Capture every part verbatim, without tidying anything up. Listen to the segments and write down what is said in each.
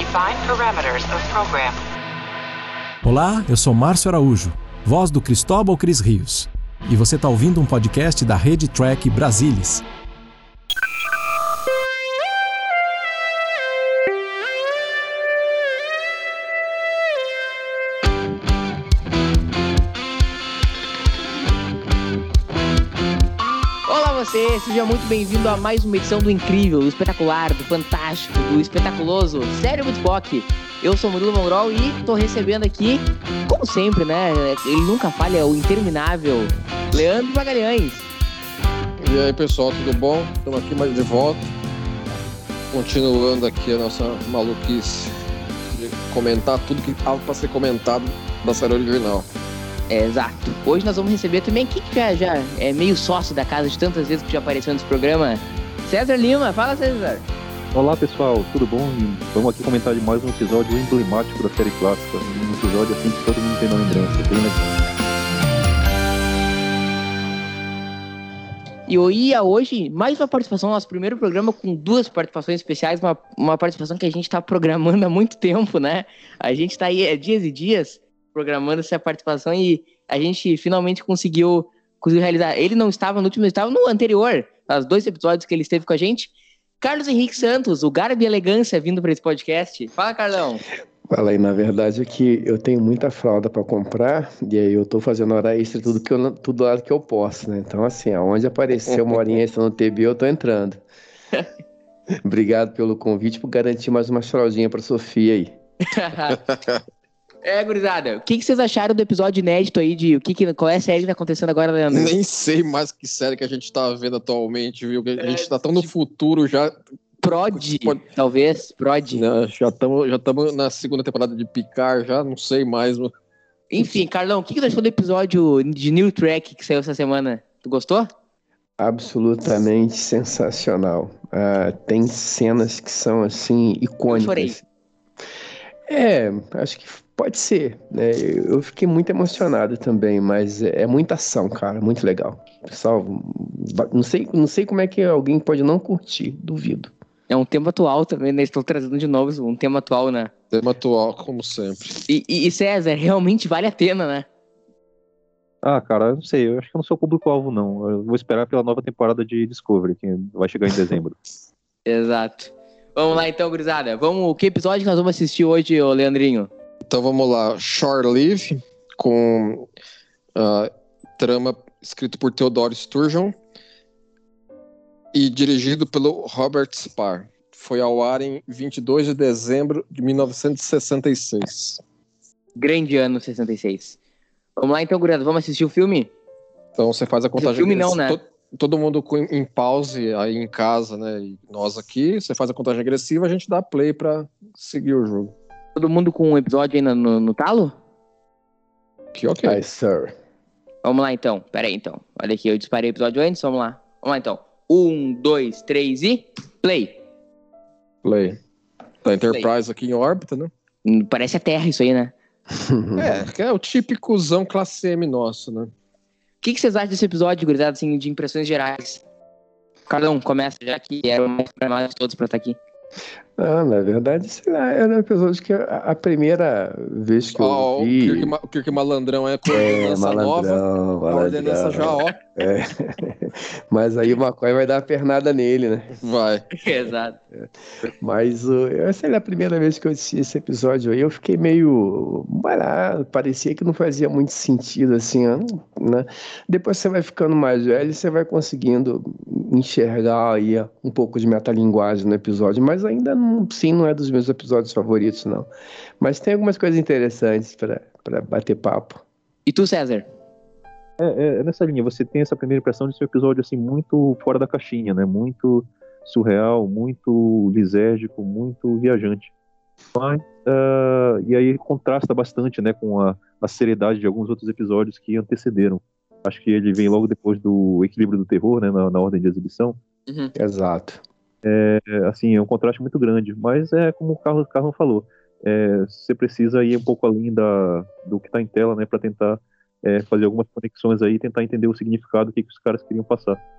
Define parameters of program. Olá, eu sou Márcio Araújo, voz do Cristóbal Cris Rios. E você está ouvindo um podcast da Rede Track Brasilis. Você, seja muito bem-vindo a mais uma edição do incrível, do espetacular, do fantástico, do espetaculoso Sério do Spock. Eu sou o Murilo Mongrol e tô recebendo aqui, como sempre, né? Ele nunca falha, o interminável Leandro Magalhães. E aí, pessoal, tudo bom? Estamos aqui mais de volta, continuando aqui a nossa maluquice de comentar tudo que estava para ser comentado da série original. É, exato. Hoje nós vamos receber também quem que já, já é meio sócio da casa de tantas vezes que já apareceu nesse programa, César Lima. Fala, César. Olá, pessoal, tudo bom? Vamos aqui comentar de mais um episódio emblemático da série clássica, um episódio assim que todo mundo tem na lembrança, bem legal. E eu ia hoje, mais uma participação, nosso primeiro programa com duas participações especiais, uma, uma participação que a gente está programando há muito tempo, né? A gente está aí há dias e dias programando essa participação e a gente finalmente conseguiu, conseguiu realizar. Ele não estava no último, ele estava no anterior, nos dois episódios que ele esteve com a gente. Carlos Henrique Santos, o Garbo e Elegância, vindo para esse podcast. Fala, Carlão. Fala aí, na verdade é que eu tenho muita fralda para comprar e aí eu tô fazendo hora extra tudo que eu, tudo lado que eu posso, né? Então assim, aonde aparecer uma horinha extra no T B eu tô entrando. Obrigado pelo convite, por garantir mais uma fraldinha para Sofia aí. É, gurizada, o que, que vocês acharam do episódio inédito aí, de o que, que qual é a série que tá acontecendo agora, Leandro? Nem sei mais que série que a gente tá vendo atualmente, viu? A gente é, tá tão no futuro já. Prod, Pode... talvez, Prod. Não, já estamos já na segunda temporada de Picard, já não sei mais. Mano. Enfim, Carlão, o que, que tu achou do episódio de New Trek que saiu essa semana? Tu gostou? Absolutamente sensacional. Uh, tem cenas que são, assim, icônicas. Eu chorei. É, acho que pode ser, né? Eu fiquei muito emocionado também, mas é, é muita ação, cara, muito legal. Pessoal, não sei, não sei como é que alguém pode não curtir, duvido. É um tema atual também, né? Estou trazendo de novo um tema atual, né? Tema atual, como sempre. E, e, e César, realmente vale a pena, né? Ah, cara, eu não sei, eu acho que eu não sou o público-alvo, não. Eu vou esperar pela nova temporada de Discovery, que vai chegar em dezembro. Exato. Vamos lá então, gurizada. Vamos, que episódio que nós vamos assistir hoje, ô Leandrinho? Então vamos lá. Shore Leave, com uh, trama escrito por Theodore Sturgeon e dirigido pelo Robert Spar. Foi ao ar em vinte e dois de dezembro de mil novecentos e sessenta e seis. Grande ano, sessenta e seis. Vamos lá então, gurizada. Vamos assistir o filme? Então você faz a contagem... O filme não, né? Todo, todo mundo em pause aí em casa, né? E nós aqui, você faz a contagem agressiva, a gente dá play pra seguir o jogo. Todo mundo com um episódio aí no, no, no talo? Que ok. Hi, sir. Vamos lá então. Pera aí então. Olha aqui, eu disparei o episódio antes. Vamos lá. Vamos lá então. Um, dois, três e... Play. Play. Tá Enterprise Play. Aqui em órbita, né? Parece a Terra isso aí, né? É, que é o típicozão classe M nosso, né? O que, que vocês acham desse episódio, gurizada, assim, de impressões gerais? Carlão, começa, já que era o mais programado de todos pra estar aqui. Ah, na verdade, sei lá, era um episódio que a, a primeira vez que oh, eu vi... O Kirk, o Kirk Malandrão é com ordenança é, nova, a ordenança já, ó. É. Mas aí o McCoy vai dar uma pernada nele, né? Vai. Exato. É. Mas uh, essa é a primeira vez que eu assisti esse episódio aí, eu fiquei meio barato, parecia que não fazia muito sentido, assim, né? Depois você vai ficando mais velho e você vai conseguindo enxergar aí um pouco de metalinguagem no episódio, mas ainda não, sim, não é dos meus episódios favoritos, não. Mas tem algumas coisas interessantes para para bater papo. E tu, César? É, é nessa linha, você tem essa primeira impressão de ser um episódio assim, muito fora da caixinha, né? Muito surreal, muito lisérgico, muito viajante. Mas, uh, e aí contrasta bastante, né, com a, a seriedade de alguns outros episódios que antecederam. Acho que ele vem logo depois do Equilíbrio do Terror, né, na, na ordem de exibição. Uhum. Exato. É, assim, é um contraste muito grande, mas é como o Carlos, Carlos falou, é, você precisa ir um pouco além da, do que está em tela, né, para tentar é, fazer algumas conexões aí e tentar entender o significado, o que, que os caras queriam passar.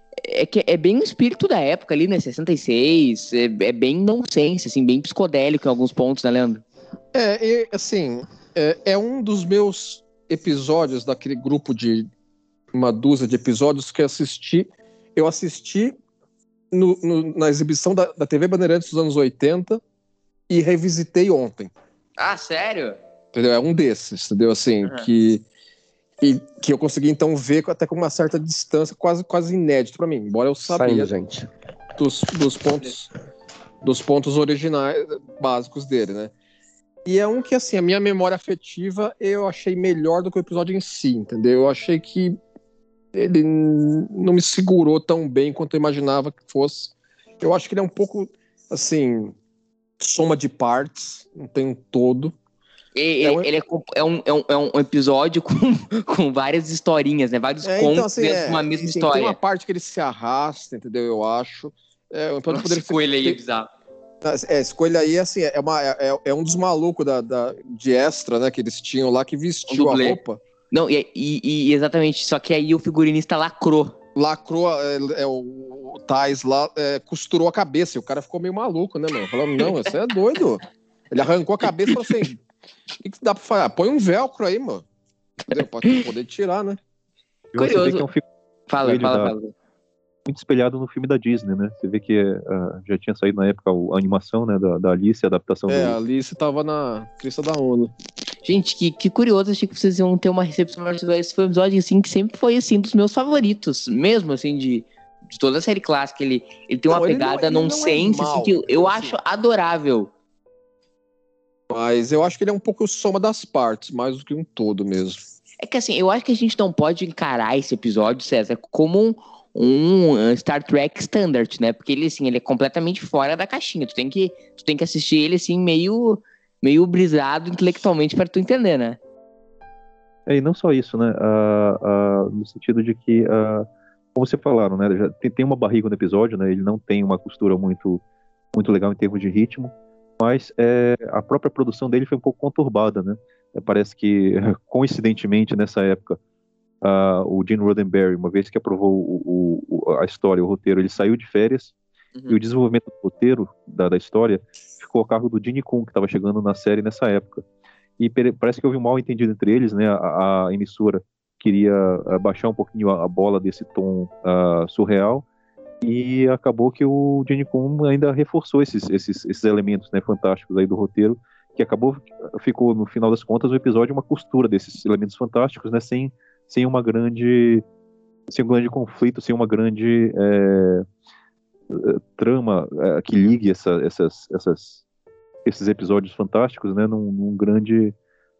é que é bem o espírito da época ali, né? sessenta e seis, é, é bem nonsense, assim, bem psicodélico em alguns pontos, né, Leandro? É, e, assim, é, é um dos meus episódios daquele grupo de uma dúzia de episódios que eu assisti. Eu assisti no, no, na exibição da, da T V Bandeirantes dos anos oitenta e revisitei ontem. Ah, sério? Entendeu? É um desses, entendeu? Assim, uhum. que, e, que eu consegui então ver até com uma certa distância, quase, quase inédito pra mim, embora eu sabia Saindo, gente. Dos, dos pontos dos pontos originais, básicos dele, né? E é um que, assim, a minha memória afetiva eu achei melhor do que o episódio em si, entendeu? Eu achei que ele não me segurou tão bem quanto eu imaginava que fosse. Eu acho que ele é um pouco, assim, soma de partes, não tem um todo. Ele é, um... ele é, é, um, é, um, é um episódio com, com várias historinhas, né? Vários é, contos então, assim, dentro de uma mesma assim, história. Tem uma parte que ele se arrasta, entendeu? Eu acho. É, um Nossa, escolha aí é bizarro. É, escolha aí, assim, é, uma, é, é um dos malucos da, da, de extra, né, que eles tinham lá, que vestiu um a roupa. Não, e, e, e exatamente, só que aí o figurinista lacrou. Lacrou, é, é, o, o Tais lá é, costurou a cabeça, e o cara ficou meio maluco, né, mano? Falando, não, você é doido. Ele arrancou a cabeça e falou assim, o que, que dá pra fazer? Ah, põe um velcro aí, mano. Entendeu? Pra poder tirar, né? Curioso. É um filme fala, fala, da... fala. muito espelhado no filme da Disney, né? Você vê que uh, já tinha saído na época a animação, né, da, da Alice, a adaptação. É, do... a Alice tava na crista da onda. Gente, que, que curioso, achei que vocês iam ter uma recepção. Esse foi um episódio, assim, que sempre foi, assim, dos meus favoritos, mesmo, assim, de, de toda a série clássica. Ele, ele tem uma não, pegada não, nonsense, não é assim, que eu, eu assim, acho adorável. Mas eu acho que ele é um pouco soma das partes, mais do que um todo mesmo. É que, assim, eu acho que a gente não pode encarar esse episódio, César, como um um Star Trek Standard, né? Porque ele, assim, ele é completamente fora da caixinha. Tu tem que, tu tem que assistir ele, assim, meio, meio brisado intelectualmente para tu entender, né? É, e não só isso, né? Uh, uh, no sentido de que, uh, como vocês falaram, né? Já tem, tem uma barriga no episódio, né? Ele não tem uma costura muito, muito legal em termos de ritmo, mas é, a própria produção dele foi um pouco conturbada, né? Parece que, coincidentemente, nessa época, Uh, o Gene Roddenberry, uma vez que aprovou o, o, a história, o roteiro, ele saiu de férias, uhum. E o desenvolvimento do roteiro da, da história ficou a cargo do Gene Kun, que estava chegando na série nessa época. E parece que houve um mal entendido entre eles, né? A, a emissora queria baixar um pouquinho a, a bola desse tom uh, surreal, e acabou que o Gene Kun ainda reforçou esses, esses, esses elementos, né, fantásticos aí do roteiro, que acabou, ficou, no final das contas, o episódio uma costura desses elementos fantásticos, né, sem sem uma grande sem um grande conflito, sem uma grande é, trama é, que ligue essa, essas, essas, esses episódios fantásticos, né, num, num grande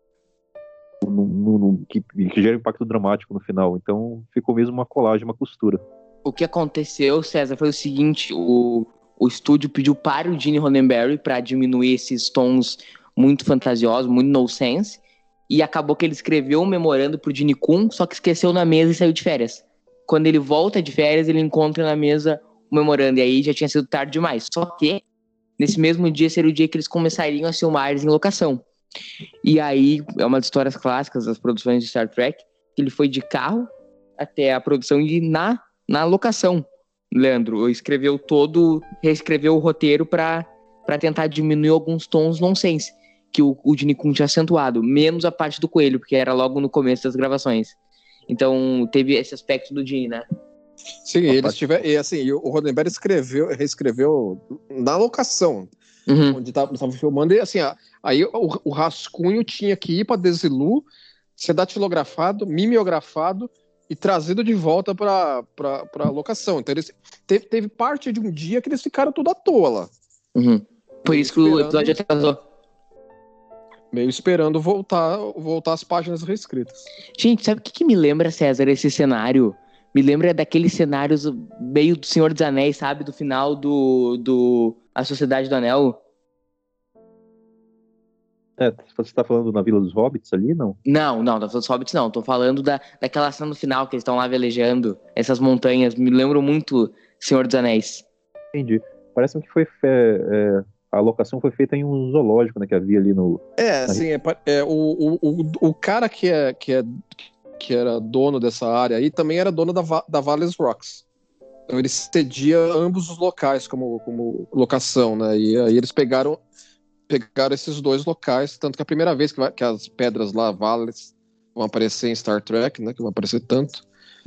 num, num, que, que gera um impacto dramático no final. Então ficou mesmo uma colagem, uma costura. O que aconteceu, César, foi o seguinte: o, o estúdio pediu para o Gene Roddenberry para diminuir esses tons muito fantasiosos, muito nonsense. E acabou que ele escreveu um memorando pro Gene Kun, só que esqueceu na mesa e saiu de férias. Quando ele volta de férias, ele encontra na mesa o memorando, e aí já tinha sido tarde demais. Só que, nesse mesmo dia, seria o dia que eles começariam a filmar eles em locação. E aí, é uma das histórias clássicas das produções de Star Trek, que ele foi de carro até a produção e na, na locação. Leandro, escreveu todo, reescreveu o roteiro para tentar diminuir alguns tons nonsense que o, o Gene Kun tinha acentuado, menos a parte do coelho, porque era logo no começo das gravações. Então, teve esse aspecto do Gene, né? Sim, eles tiveram, e assim, o Roddenberry escreveu, reescreveu na locação, uhum. onde estava filmando, e assim, aí o, o rascunho tinha que ir para Desilu, ser datilografado, mimeografado e trazido de volta para a locação. Então, eles, teve, teve parte de um dia que eles ficaram tudo à toa lá. Uhum. Por isso que o episódio atrasou. Meio esperando voltar, voltar as páginas reescritas. Gente, sabe o que, que me lembra, César, esse cenário? Me lembra daqueles cenários meio do Senhor dos Anéis, sabe? Do final do, do A Sociedade do Anel. É, você tá falando na Vila dos Hobbits ali, não? Não, não, da Vila dos Hobbits não. Tô falando da, daquela cena no final que eles estão lá velejando. Essas montanhas me lembram muito Senhor dos Anéis. Entendi. Parece que foi... É, a locação foi feita em um zoológico, né, que havia ali no... É, assim, é, é, o, o, o, o cara que, é, que, é, que era dono dessa área aí também era dono da, da Vales Rocks. Então ele cedia ambos os locais como, como locação, né? E aí eles pegaram, pegaram esses dois locais, tanto que a primeira vez que, vai, que as pedras lá, vales, vão aparecer em Star Trek, né? Que vão aparecer tanto.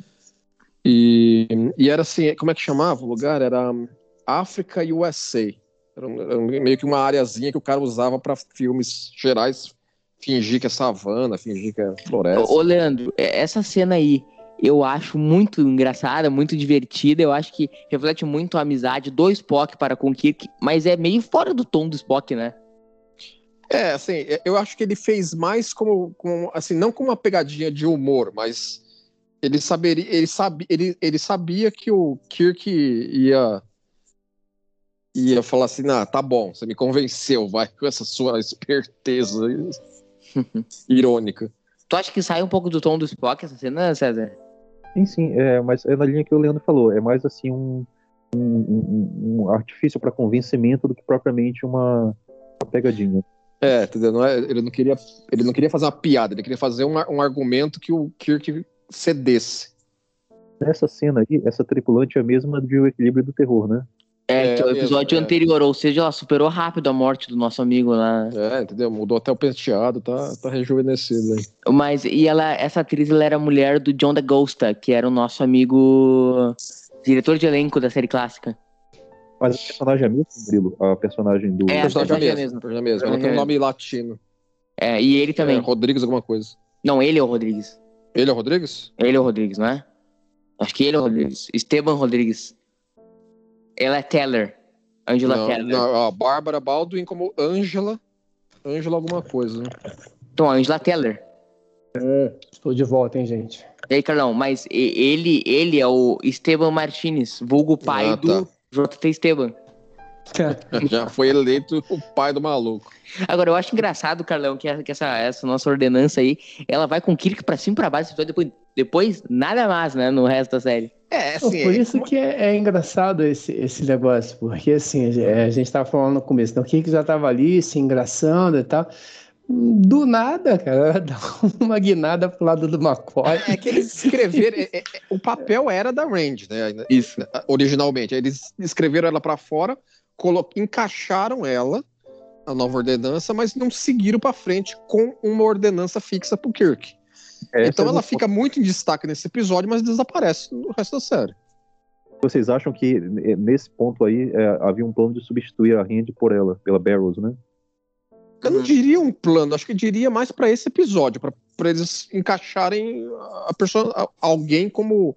E, e era assim, como é que chamava o lugar? Era África U S A. Era, era meio que uma areazinha que o cara usava para filmes gerais, fingir que é savana, fingir que é floresta. Ô, Leandro, essa cena aí, eu acho muito engraçada, muito divertida. Eu acho que reflete muito a amizade do Spock para com o Kirk, mas é meio fora do tom do Spock, né? É, assim, eu acho que ele fez mais como, como assim, não como uma pegadinha de humor, mas ele saberia, ele sabia, ele, ele sabia que o Kirk ia ia falar assim, ah, tá bom, você me convenceu, vai com essa sua esperteza irônica. Tu acha que sai um pouco do tom do Spock essa cena, César? Sim, sim, é, mas é na linha que o Leandro falou, é mais assim um, um, um, um artifício para convencimento do que propriamente uma, uma pegadinha. É, entendeu? Não é, ele, não queria, ele não queria fazer uma piada, ele queria fazer um, um argumento que o Kirk cedesse. Nessa cena aí, essa tripulante é a mesma de O Equilíbrio do Terror, né? É, É, que é o episódio mesmo, é. anterior, ou seja, ela superou rápido a morte do nosso amigo lá. É, entendeu? Mudou até o penteado, tá, tá rejuvenescido aí. Mas, e ela, essa atriz, ela era mulher do John DaGosta, que era o nosso amigo diretor de elenco da série clássica. Mas a personagem é mesmo, Grilo? A personagem do... É, O personagem personagem é é mesmo, mesmo. o personagem é mesmo. Ela tem um nome latino. É, e ele também. É, Rodrigues alguma coisa. Não, ele é o Rodrigues. Ele é o Rodrigues? Ele é o Rodrigues, não é? Acho que ele é o Rodrigues. Esteban Rodrigues. Ela é Teller. Angela Não, Teller. não, a Bárbara Baldwin como Angela. Angela alguma coisa, né? Então, a Angela Teller. Estou de volta, hein, gente? E aí, Carlão, mas e- ele, ele é o Esteban Martinez, vulgo pai Ah, do tá. J T Esteban. Já foi eleito o pai do maluco. Agora, eu acho engraçado, Carlão, que, essa, que essa, essa nossa ordenança aí, ela vai com o Kirk pra cima e pra baixo, depois, depois nada mais, né, no resto da série. É, Pô, por isso que é, é engraçado esse, esse negócio, porque assim, a gente tava falando no começo, então, o Kirk já tava ali se engraçando e tal. Do nada, cara, dá uma guinada pro lado do McCoy. É que eles escreveram. é, é, o papel era da Range, né? Isso. Originalmente. Eles escreveram ela pra fora, colo... encaixaram ela, a nova ordenança, mas não seguiram pra frente com uma ordenança fixa pro Kirk. Essa então é ela do- fica muito em destaque nesse episódio, mas desaparece no resto da série. Vocês acham que eh, nesse ponto aí é, havia um plano de substituir a Randy por ela, pela Barrows, né? Eu não diria um plano, acho que eu diria mais pra esse episódio, pra pra eles encaixarem a pessoa, a- alguém como,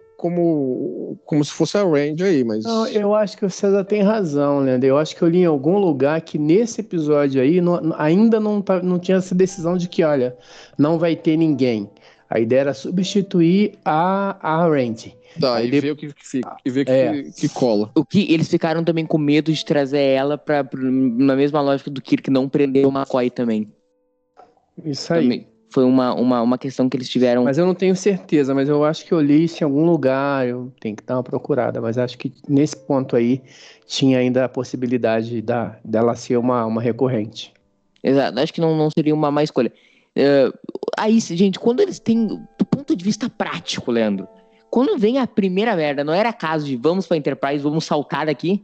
como, como se fosse a Range aí, mas. Não, eu acho que o César tem razão, Leandro. Eu acho que eu li em algum lugar que nesse episódio aí não- ainda não, tá- não tinha essa decisão de que, olha, não vai ter ninguém. A ideia era substituir a, a Randy. Tá, Aí e de- ver o que, que fica, e ver o que, É. que cola. O que eles ficaram também com medo de trazer ela pra, pra- na mesma lógica do Kirk não prender o McCoy também. Isso aí. Também foi uma, uma, uma questão que eles tiveram. Mas eu não tenho certeza, mas eu acho que eu li isso em algum lugar, eu tenho que dar uma procurada, mas acho que nesse ponto aí tinha ainda a possibilidade da, dela ser uma, uma recorrente. Exato, acho que não, não seria uma má escolha. É, aí, gente, quando eles têm, do ponto de vista prático, Leandro, quando vem a primeira merda, não era caso de vamos pra Enterprise, vamos saltar daqui?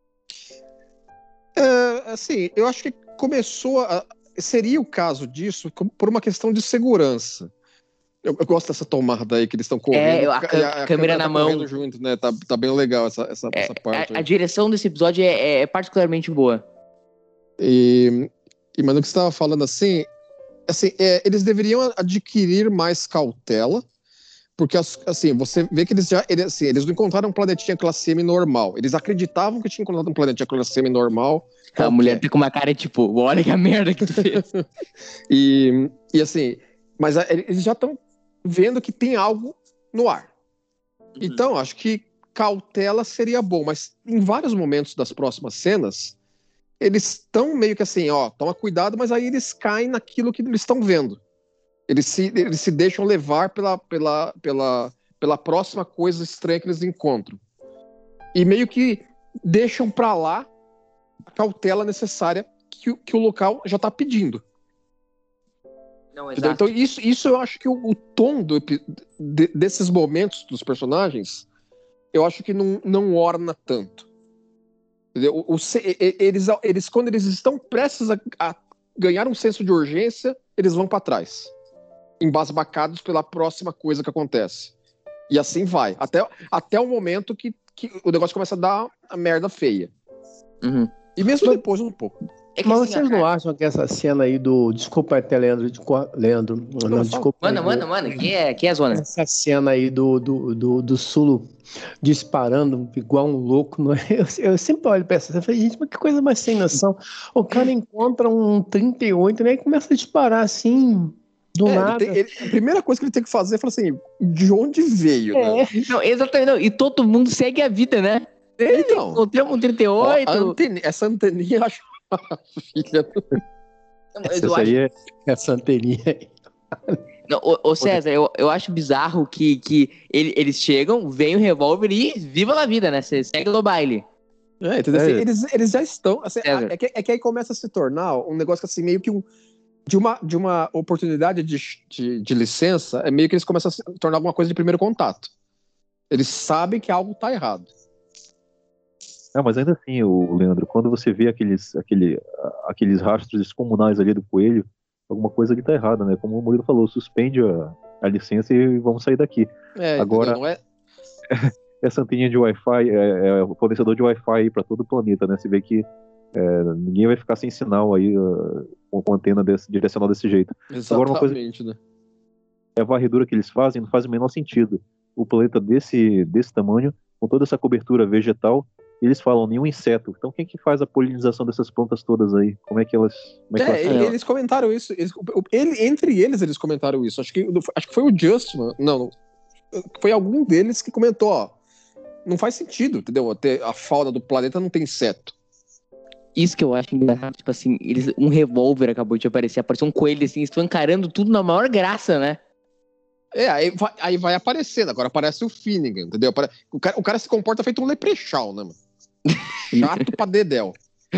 É, assim, eu acho que começou a, seria o caso disso com- por uma questão de segurança. Eu, eu gosto dessa tomada aí que eles estão correndo. É, a e cã- câmera na tá mão. correndo junto, né? Tá, tá bem legal essa, essa, É, essa parte. a, a aí. direção desse episódio é, é- é particularmente boa. E, e mas no que você estava falando assim, assim é, eles deveriam adquirir mais cautela, porque as- assim você vê que eles já eles, assim, eles não encontraram um planetinha classe M normal. Eles acreditavam que tinham encontrado um planetinha classe M normal. A qualquer. mulher tá com uma cara tipo, olha que a merda que tu fez. E, e assim, mas a- eles já estão vendo que tem algo no ar. Então, acho que cautela seria bom, mas em vários momentos das próximas cenas, eles estão meio que assim, ó, toma cuidado, mas aí eles caem naquilo que eles estão vendo. Eles se, eles se deixam levar pela, pela, pela, pela próxima coisa estranha que eles encontram. E meio que deixam pra lá a cautela necessária que, o- que o local já tá pedindo. Não, Entendeu? exato. Então, isso, isso eu acho que o, o tom do epi- de- desses momentos dos personagens eu acho que não, não orna tanto. Entendeu? O, o, eles, eles, quando eles estão prestes a, a ganhar um senso de urgência, eles vão para trás, embasbacados pela próxima coisa que acontece. E assim vai, até, até o momento que, que o negócio começa a dar a merda feia. Uhum. E mesmo depois, um pouco. É que Mas assim, vocês ó, não cara, acham que essa cena aí do... Desculpa até, Leandro. de- Leandro. Não, Não, desculpa. Mano, aí, mano, do- mano, que é, que é a zona? Essa cena aí do, do, do, do Sulu disparando igual um louco. Não é? eu, eu sempre olho pra essa cena e falei, gente, mas que coisa mais sem noção. O cara encontra um trinta e oito, né? E começa a disparar assim, do É, ele nada. tem- ele- a primeira coisa que ele tem que fazer é falar assim, de onde veio, né? É. Não, exatamente, não. E todo mundo segue a vida, né? Ele Então, encontramos um trinta e ó, oito. a anteni- essa anteninha eu acho filha do... Mas eu Essa acho- aí é. Essa anteninha aí. Não, ô, ô César, eu, eu acho bizarro que, que ele- eles chegam, vem o revólver e viva a vida, né? Você segue no baile. É, entendeu? Assim, É. eles, eles já estão. Assim, É. é, que, é que aí começa a se tornar um negócio assim, meio que um. De uma, de uma oportunidade de, de, de licença, é meio que eles começam a se tornar alguma coisa de primeiro contato. Eles sabem que algo tá errado. Não, mas ainda assim, o Leandro, quando você vê aqueles, aquele, aqueles rastros descomunais ali do coelho, alguma coisa ali tá errada, né? Como o Murilo falou, suspende a, a licença e vamos sair daqui. É, Agora- entendeu? Não é, Essa anteninha de Wi-Fi é, é o fornecedor de Wi-Fi para todo o planeta, né? Você vê que é, ninguém vai ficar sem sinal aí uh, com, com antena desse, direcional desse jeito. Agora, uma coisa- exatamente, né? A varredura que eles fazem não faz o menor sentido. O planeta desse, desse tamanho, com toda essa cobertura vegetal, eles falam nenhum inseto. Então quem que faz a polinização dessas plantas todas aí? Como é que elas... Como é que É, elas ele- eles comentaram isso. Eles, o- ele- entre eles, eles comentaram isso. Acho que, acho que foi o Justman. Não, não, foi algum deles que comentou, ó. Não faz sentido, entendeu? Ter a fauna do planeta não tem inseto. Isso que eu acho engraçado, tipo assim, eles, um revólver acabou de aparecer, apareceu um coelho assim, estão encarando tudo na maior graça, né? É, aí vai, aí vai aparecendo. Agora aparece o Finnegan, entendeu? Apare- O cara, o cara se comporta feito um leprechaun, né, mano? Chato pra dedéu.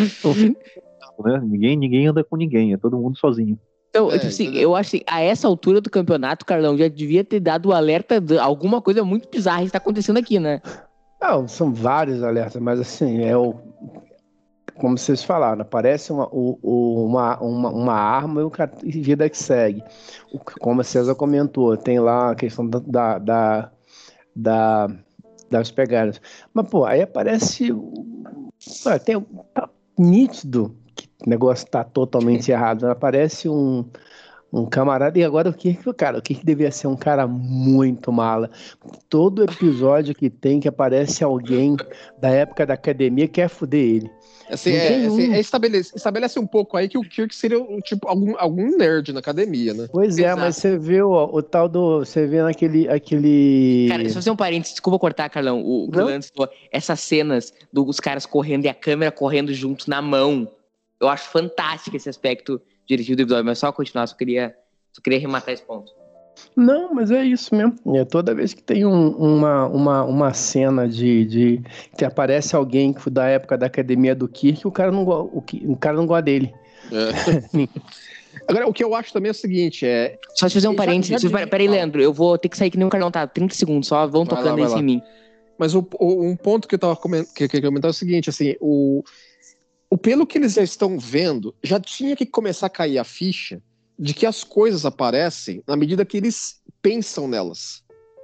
né? Ninguém, ninguém anda com ninguém, é todo mundo sozinho. Então, É, tipo assim, entendeu? eu acho que a essa altura do campeonato, Carlão, já devia ter dado o alerta de alguma coisa muito bizarra está acontecendo aqui, né? Não, são vários alertas, mas assim, é o. Como vocês falaram, aparece uma, o- o- uma, uma, uma arma e o cara, e vida que segue. O- como a César comentou, tem lá a questão da, da, da, da- das pegadas. Mas, pô, aí aparece. o- ah, tem, tá nítido que o negócio tá totalmente errado. Aparece um. Um camarada, e agora o que que o cara, o que que devia ser um cara muito mala? Todo episódio que tem que aparece alguém da época da academia quer fuder ele. Assim, Não é, tem assim, um. é estabelece, estabelece um pouco aí que o Kirk seria um, tipo, algum, algum nerd na academia, né? Pois é, Exato. mas você vê o, o tal do, você vê naquele, aquele. Cara, só fazer um parênteses, desculpa cortar, Carlão, o que o Não. Leandro falou, essas cenas dos caras correndo e a câmera correndo juntos na mão, eu acho fantástico esse aspecto dirigido do episódio, mas só continuar, só queria, só queria arrematar esse ponto. Não, mas é isso mesmo. É toda vez que tem um- uma, uma, uma cena de, de que aparece alguém que foi da época da academia do Kirk, o cara não, go- o, Ki- o cara não gosta dele. É. Agora, o que eu acho também é o seguinte, é... Só te fazer um Já- parênteses, já pera- vi- peraí, fala. Leandro, eu vou ter que sair que nem um Carlão, tá? trinta segundos só, vão Vai lá, tocando vai isso lá. em mim. Mas o, o- um ponto que eu tava coment, que, que eu ia comentar é o seguinte, assim, o, o pelo que eles já estão vendo, já tinha que começar a cair a ficha de que as coisas aparecem na medida que eles pensam nelas.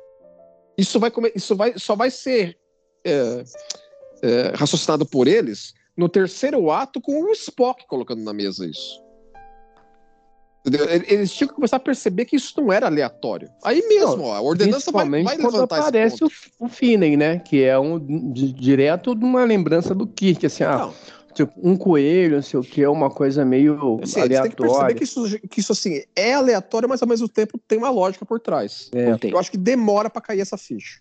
Isso vai, come- isso vai só vai ser é, é, raciocinado por eles no terceiro ato com o Spock colocando na mesa isso. Entendeu? Eles tinham que começar a perceber que isso não era aleatório. Aí mesmo, ó, a ordenança vai, Principalmente vai quando levantar esse aparece ponto. o, o Finney, né? Que é um di- direto de uma lembrança do Kirk, assim, ah, Não, tipo, um coelho, não sei o que, é uma coisa meio assim, eles têm que perceber aleatória. que isso, que isso assim, é aleatório, mas ao mesmo tempo tem uma lógica por trás. É. Contei. Eu acho que demora pra cair essa ficha.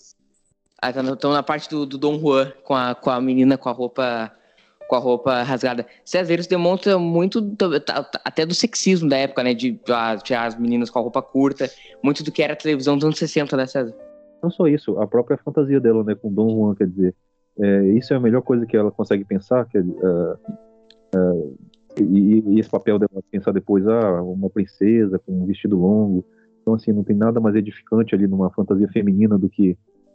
Ah, tá, estão na parte do, do Dom Juan, com a, com a menina com a roupa com a roupa rasgada. César, isso demonstra muito do- tá- tá- até do sexismo da época, né? De ah, tirar as meninas com a roupa curta, muito do que era a televisão dos anos sessenta, né, César? Não só isso, a própria fantasia dela, né, com Dom Juan, quer dizer, é, isso é a melhor coisa que ela consegue pensar, que, é, é, e, e esse papel dela pensar depois, ah, uma princesa com um vestido longo, então assim, não tem nada mais edificante ali numa fantasia feminina do que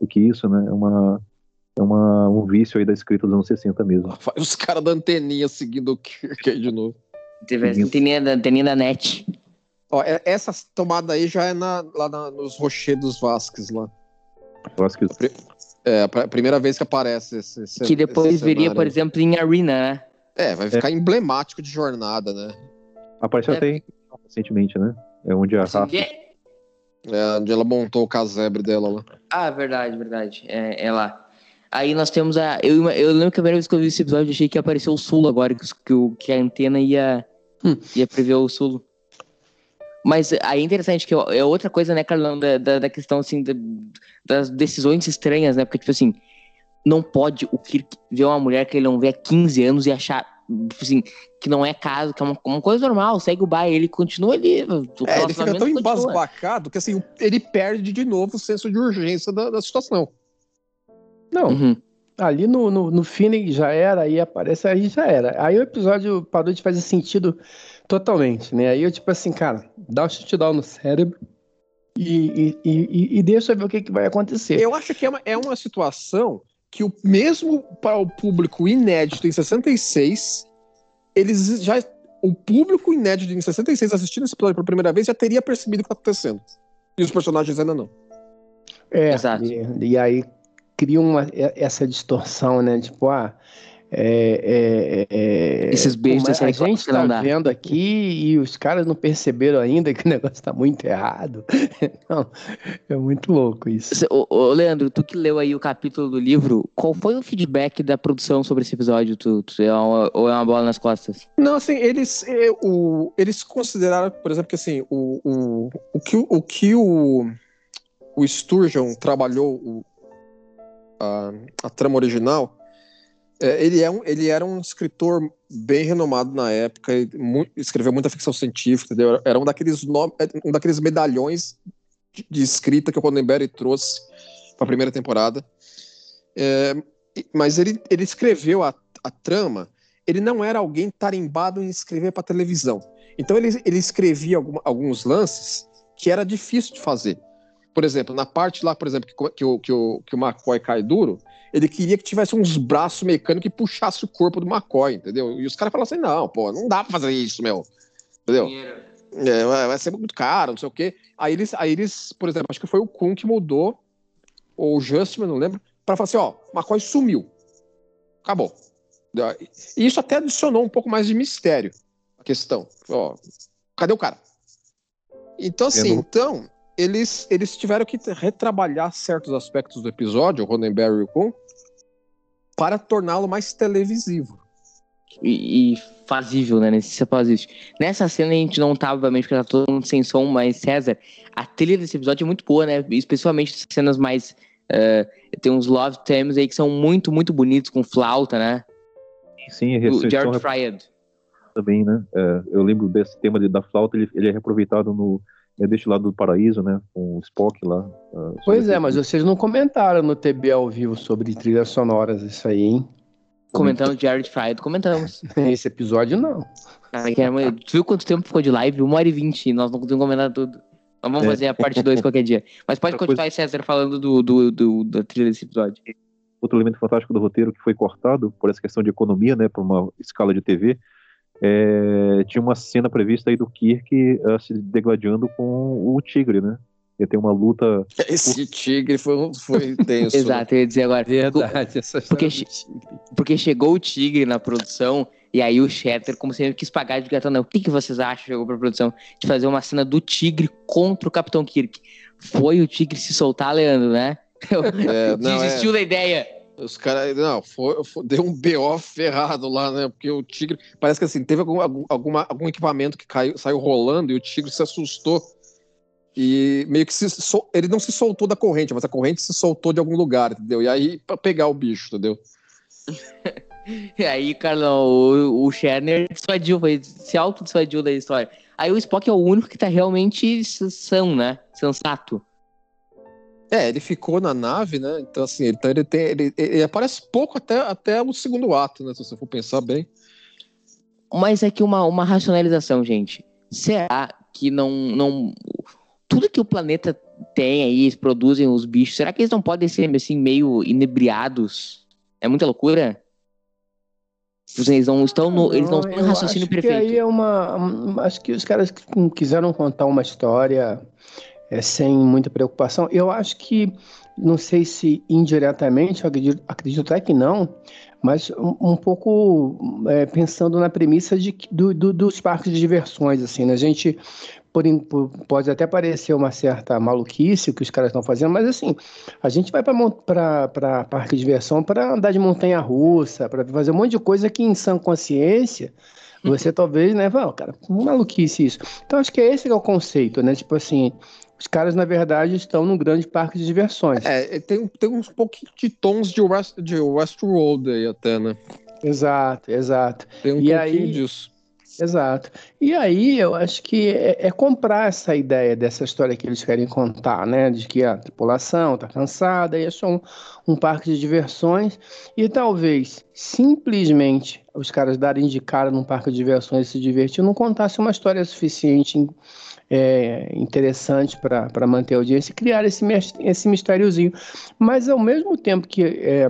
do que isso, né? É uma é uma um vício aí da escrita dos anos sessenta mesmo. Os caras da anteninha seguindo o Kirk aí de novo. Teve a anteninha da, anteninha da net. Ó, essa tomada aí já é na, lá na, nos Rochedos Vasques lá. Vasques. É, a primeira vez que aparece esse, esse Que depois esse viria, cenário. por exemplo, em Arena, né? É, vai ficar é. emblemático de jornada, né? Apareceu É. até recentemente, né? É onde a Rafa... É, onde ela montou o casebre dela lá. Ah, verdade, verdade. É, é lá. Aí nós temos a... Eu, eu lembro que a primeira vez que eu vi esse episódio, eu achei que ia aparecer o Sul agora, que, que, que a antena ia, hum. ia prever o Sul. Mas aí é interessante que é outra coisa, né, Carlão, da, da, da questão, assim, da, das decisões estranhas, né? Porque, tipo assim, não pode o Kirk ver uma mulher que ele não vê há quinze anos e achar, tipo assim, que não é caso, que é uma, uma coisa normal, segue o baile, ele continua ali. O é, ele fica tão continua. embasbacado que, assim, ele perde de novo o senso de urgência da, da situação. Não, Uhum. ali no, no, no feeling já era, aí aparece, aí já era. Aí o episódio parou de fazer sentido totalmente, né? Aí eu, tipo assim, cara, dá um shutdown no cérebro e, e, e, e deixa eu ver o que, que vai acontecer. Eu acho que é uma, é uma situação que, o, mesmo para o público inédito em sessenta e seis, eles já... O público inédito em sessenta e seis assistindo esse episódio pela primeira vez já teria percebido o que está acontecendo. E os personagens ainda não. É, Exato. E, e aí cria uma, essa distorção, né? Tipo, ah, é, é, é, esses beijos pô, a gente que não tá dá. vendo aqui e os caras não perceberam ainda que o negócio tá muito errado. Não, é muito louco isso. Ô, ô, Leandro, tu que leu aí o capítulo do livro, qual foi o feedback da produção sobre esse episódio? Tu, tu é uma, ou é uma bola nas costas? Não, assim, eles, é, o, eles consideraram, por exemplo, que assim, o, o, o que, o, o, que o, o Sturgeon trabalhou o, a, a trama original, é, ele, é um, ele era um escritor bem renomado na época, e mu- escreveu muita ficção científica, entendeu? Era um daqueles, no, um daqueles medalhões de, de escrita que o Roddenberry trouxe para a primeira temporada. É, mas ele, ele escreveu a, a trama. Ele não era alguém tarimbado em escrever para televisão. Então ele, ele escrevia algum, alguns lances que era difícil de fazer. Por exemplo, na parte lá, por exemplo, que, que, o, que, o, que o McCoy cai duro, ele queria que tivesse uns braços mecânicos que puxasse o corpo do McCoy, entendeu? E os caras falaram assim, não, pô, não dá pra fazer isso, meu. Entendeu? É, vai, vai ser muito caro, não sei o quê. Aí eles, aí eles, por exemplo, acho que foi o Kuhn que mudou, ou o Justman, não lembro, pra falar assim, ó, o McCoy sumiu. Acabou. E isso até adicionou um pouco mais de mistério à questão. Ó, cadê o cara? Então, assim, Eu não... então, eles, eles tiveram que retrabalhar certos aspectos do episódio, o Roddenberry e o Kuhn, para torná-lo mais televisivo. E, e fazível, né? Nesse fazível. Nessa cena a gente não tá, obviamente, porque tá todo mundo sem som, mas, César, a trilha desse episódio é muito boa, né? Especialmente as cenas mais... Uh, tem uns love themes aí que são muito, muito bonitos, com flauta, né? Sim, o Jared Fryed. Também, né? É, eu lembro desse tema de, da flauta, ele, ele é reaproveitado no é deste lado do paraíso, né? Com o Spock lá. Uh, pois é, mas vocês não comentaram no T B ao vivo sobre trilhas sonoras isso aí, hein? Comentamos Jared Fryed, comentamos. Esse episódio não. Cara, que era... Tu viu quanto tempo ficou de live? Uma hora e vinte, nós não conseguimos comentar tudo. Nós vamos é. fazer a parte dois qualquer dia. Mas pode Outra continuar, coisa... César, falando do, do, do, da trilha desse episódio. Outro elemento fantástico do roteiro que foi cortado por essa questão de economia, né? Por uma escala de T V. É, tinha uma cena prevista aí do Kirk uh, se degladiando com o tigre, né? Ia ter uma luta... Esse tigre foi, foi tenso. Exato, eu ia dizer agora. Verdade, essa porque, che- porque chegou o tigre na produção e aí o Shatter, como sempre, quis pagar de gatão. Não. O que, que vocês acham, chegou pra produção, de fazer uma cena do tigre contra o Capitão Kirk? Foi o tigre se soltar, Leandro, né? É, não, Desistiu é... da ideia. Os caras, não, foi, foi, deu um B O ferrado lá, né? Porque o tigre, parece que assim, teve algum, algum, algum equipamento que caiu, saiu rolando e o tigre se assustou. E meio que se, sol, ele não se soltou da corrente, mas a corrente se soltou de algum lugar, entendeu? E aí, pra pegar o bicho, entendeu? E aí, Carlão, o, o Shatner dissuadiu, foi, se auto-dissuadiu da história. Aí o Spock é o único que tá realmente são, né? Sensato. É, ele ficou na nave, né? Então, assim, ele, então ele, tem, ele, ele aparece pouco até, até o segundo ato, né? Se você for pensar bem. Mas é que uma, uma racionalização, gente. Será que não, não... tudo que o planeta tem aí, eles produzem os bichos, será que eles não podem ser, assim, meio inebriados? É muita loucura? Eles não estão no, eles não estão no raciocínio acho perfeito. Que aí é uma, acho que os caras quiseram contar uma história é, sem muita preocupação. Eu acho que, não sei se indiretamente, eu acredito, acredito até que não, mas um, um pouco é, pensando na premissa de, do, do, dos parques de diversões, assim, né? A gente por, por, pode até parecer uma certa maluquice o que os caras estão fazendo, mas assim, a gente vai para parque de diversão para andar de montanha-russa, para fazer um monte de coisa que em sã consciência você talvez, né, fala, cara, maluquice isso. Então acho que esse que é o conceito, né? Tipo assim, os caras, na verdade, estão num grande parque de diversões. É, tem, tem uns pouquinhos de tons de, West, de Westworld aí até, né? Exato, exato. Tem um e pouquinho aí, disso. Exato. E aí eu acho que é, é comprar essa ideia dessa história que eles querem contar, né? De que a tripulação está cansada e é só um, um parque de diversões. E talvez, simplesmente, os caras darem de cara num parque de diversões e se divertir, não contasse uma história suficiente É, interessante para manter a audiência e criar esse, esse mistériozinho. Mas, ao mesmo tempo que é,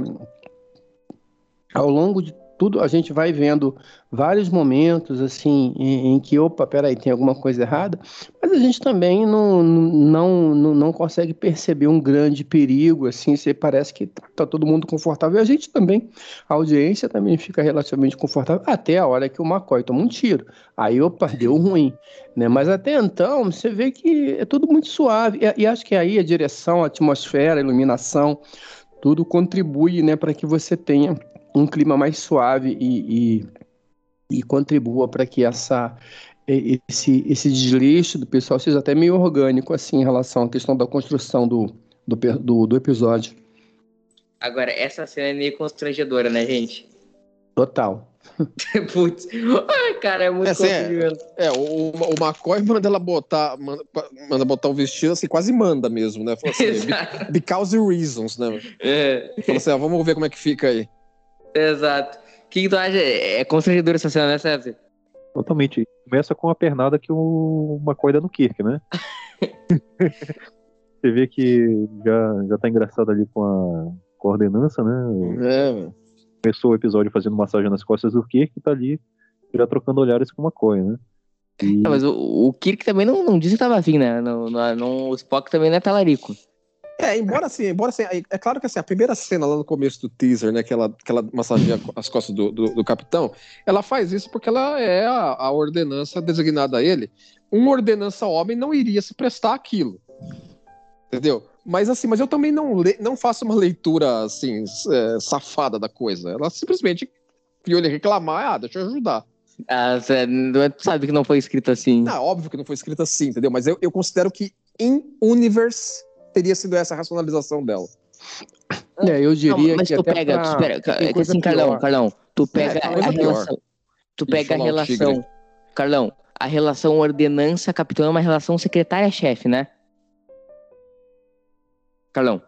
ao longo de tudo, a gente vai vendo vários momentos assim em, em que, opa, peraí, tem alguma coisa errada, mas a gente também não, não, não, não consegue perceber um grande perigo, assim, você parece que tá todo mundo confortável, e a gente também, a audiência também fica relativamente confortável, até a hora que o McCoy toma um tiro, aí, opa, deu ruim, né, mas até então, você vê que é tudo muito suave, e, e acho que aí a direção, a atmosfera, a iluminação, tudo contribui, né, para que você tenha um clima mais suave e, e, e contribua para que essa, esse, esse desleixo do pessoal seja até meio orgânico, assim, em relação à questão da construção do, do, do, do episódio. Agora, essa cena é meio constrangedora, né, gente? Total. Putz. Ai, cara, é muito é, assim, é, é, o, o McCoy manda ela botar, manda, manda botar o vestido, assim, quase manda mesmo, né? Fala assim, because of reasons, né? É. Fala assim, ó, vamos ver como é que fica aí. Exato. O que, que tu acha? É constrangedora essa cena, né, César? Totalmente. Começa com a pernada que o McCoy dá no Kirk, né? Você vê que já, já tá engraçado ali com a, com a ordenança, né? É, Começou o episódio fazendo massagem nas costas do Kirk e tá ali já trocando olhares com o McCoy, né? E... Não, mas o, o Kirk também não, não disse que tava afim, né? No, no, no, o Spock também não é talarico. É, embora assim, embora assim, é claro que assim, a primeira cena lá no começo do teaser, né, que ela, que ela massageia as costas do, do, do capitão, ela faz isso porque ela é a, a ordenança designada a ele. Uma ordenança homem não iria se prestar àquilo, entendeu? Mas assim, mas eu também não, le, não faço uma leitura assim, é, safada da coisa. Ela simplesmente viu ele reclamar, ah, deixa eu ajudar. Ah, você sabe que não foi escrito assim. Não, óbvio que não foi escrito assim, entendeu? Mas eu, eu considero que in universe teria sido essa a racionalização dela. É, eu diria não, mas que tu até pega, pra... tu pega, é que assim, Carlão, Carlão, tu pega É, a coisa relação, pior. tu Ih, pega a falar o relação, tigre. Carlão, a relação ordenança-capitão é uma relação secretária-chefe, né? Carlão.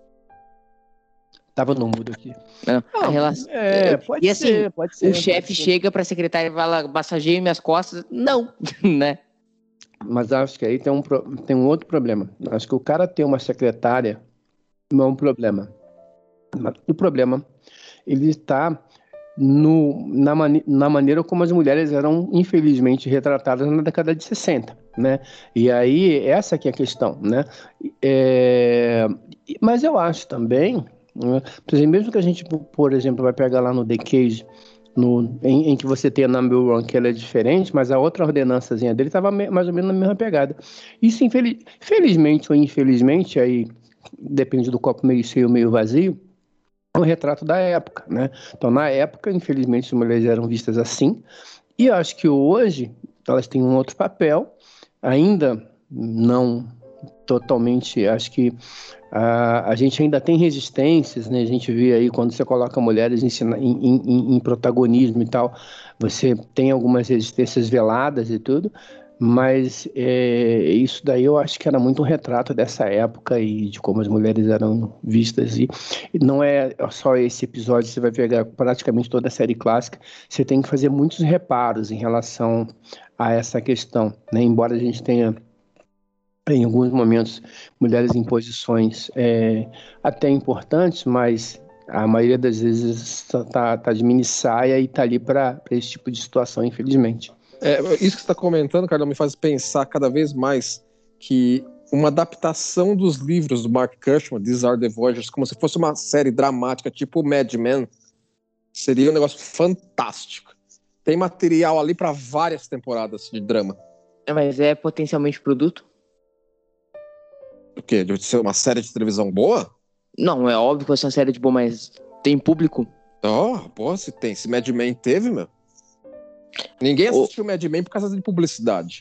Tava no mudo aqui. Não, Ah, a relação, é, pode e assim, ser, pode ser. o chefe chega pra secretária e fala, massageia minhas costas. Não, né? Mas acho que aí tem um, pro- tem um outro problema. Acho que o cara ter uma secretária não é um problema. Mas o problema, ele está no, na, mani- na maneira como as mulheres eram, infelizmente, retratadas na década de sessenta, né? E aí, essa que é a questão, né? É, e- mas eu acho também, né, por exemplo, mesmo que a gente, por exemplo, vai pegar lá no The Cage, no, em, em que você tem a Number One, que ela é diferente, mas a outra ordenançazinha dele estava mais ou menos na mesma pegada. Isso, infeliz, felizmente ou infelizmente, aí depende do copo meio cheio ou meio vazio, é um retrato da época, né? Então, na época, infelizmente, as mulheres eram vistas assim, e eu acho que hoje elas têm um outro papel, ainda não totalmente, acho que a, a gente ainda tem resistências, né? A gente vê aí quando você coloca mulheres em, cena- em, em, em protagonismo e tal, você tem algumas resistências veladas e tudo, mas é, isso daí eu acho que era muito um retrato dessa época e de como as mulheres eram vistas. E, e não é só esse episódio, você vai pegar praticamente toda a série clássica, você tem que fazer muitos reparos em relação a essa questão, né? Embora a gente tenha em alguns momentos, mulheres em posições é, até importantes, mas a maioria das vezes está tá de mini saia e está ali para esse tipo de situação, infelizmente. É, isso que você está comentando, Carlão, me faz pensar cada vez mais que uma adaptação dos livros do Mark Cushman, These Are the Voyagers, como se fosse uma série dramática, tipo Mad Men, seria um negócio fantástico. Tem material ali para várias temporadas de drama. Mas é potencialmente produto? O quê? De ser uma série de televisão boa? Não, é óbvio que vai ser uma série de boa, mas tem público? Oh, pô, se tem. Se Mad Men teve, meu. Ninguém assistiu o... Mad Men por causa de publicidade.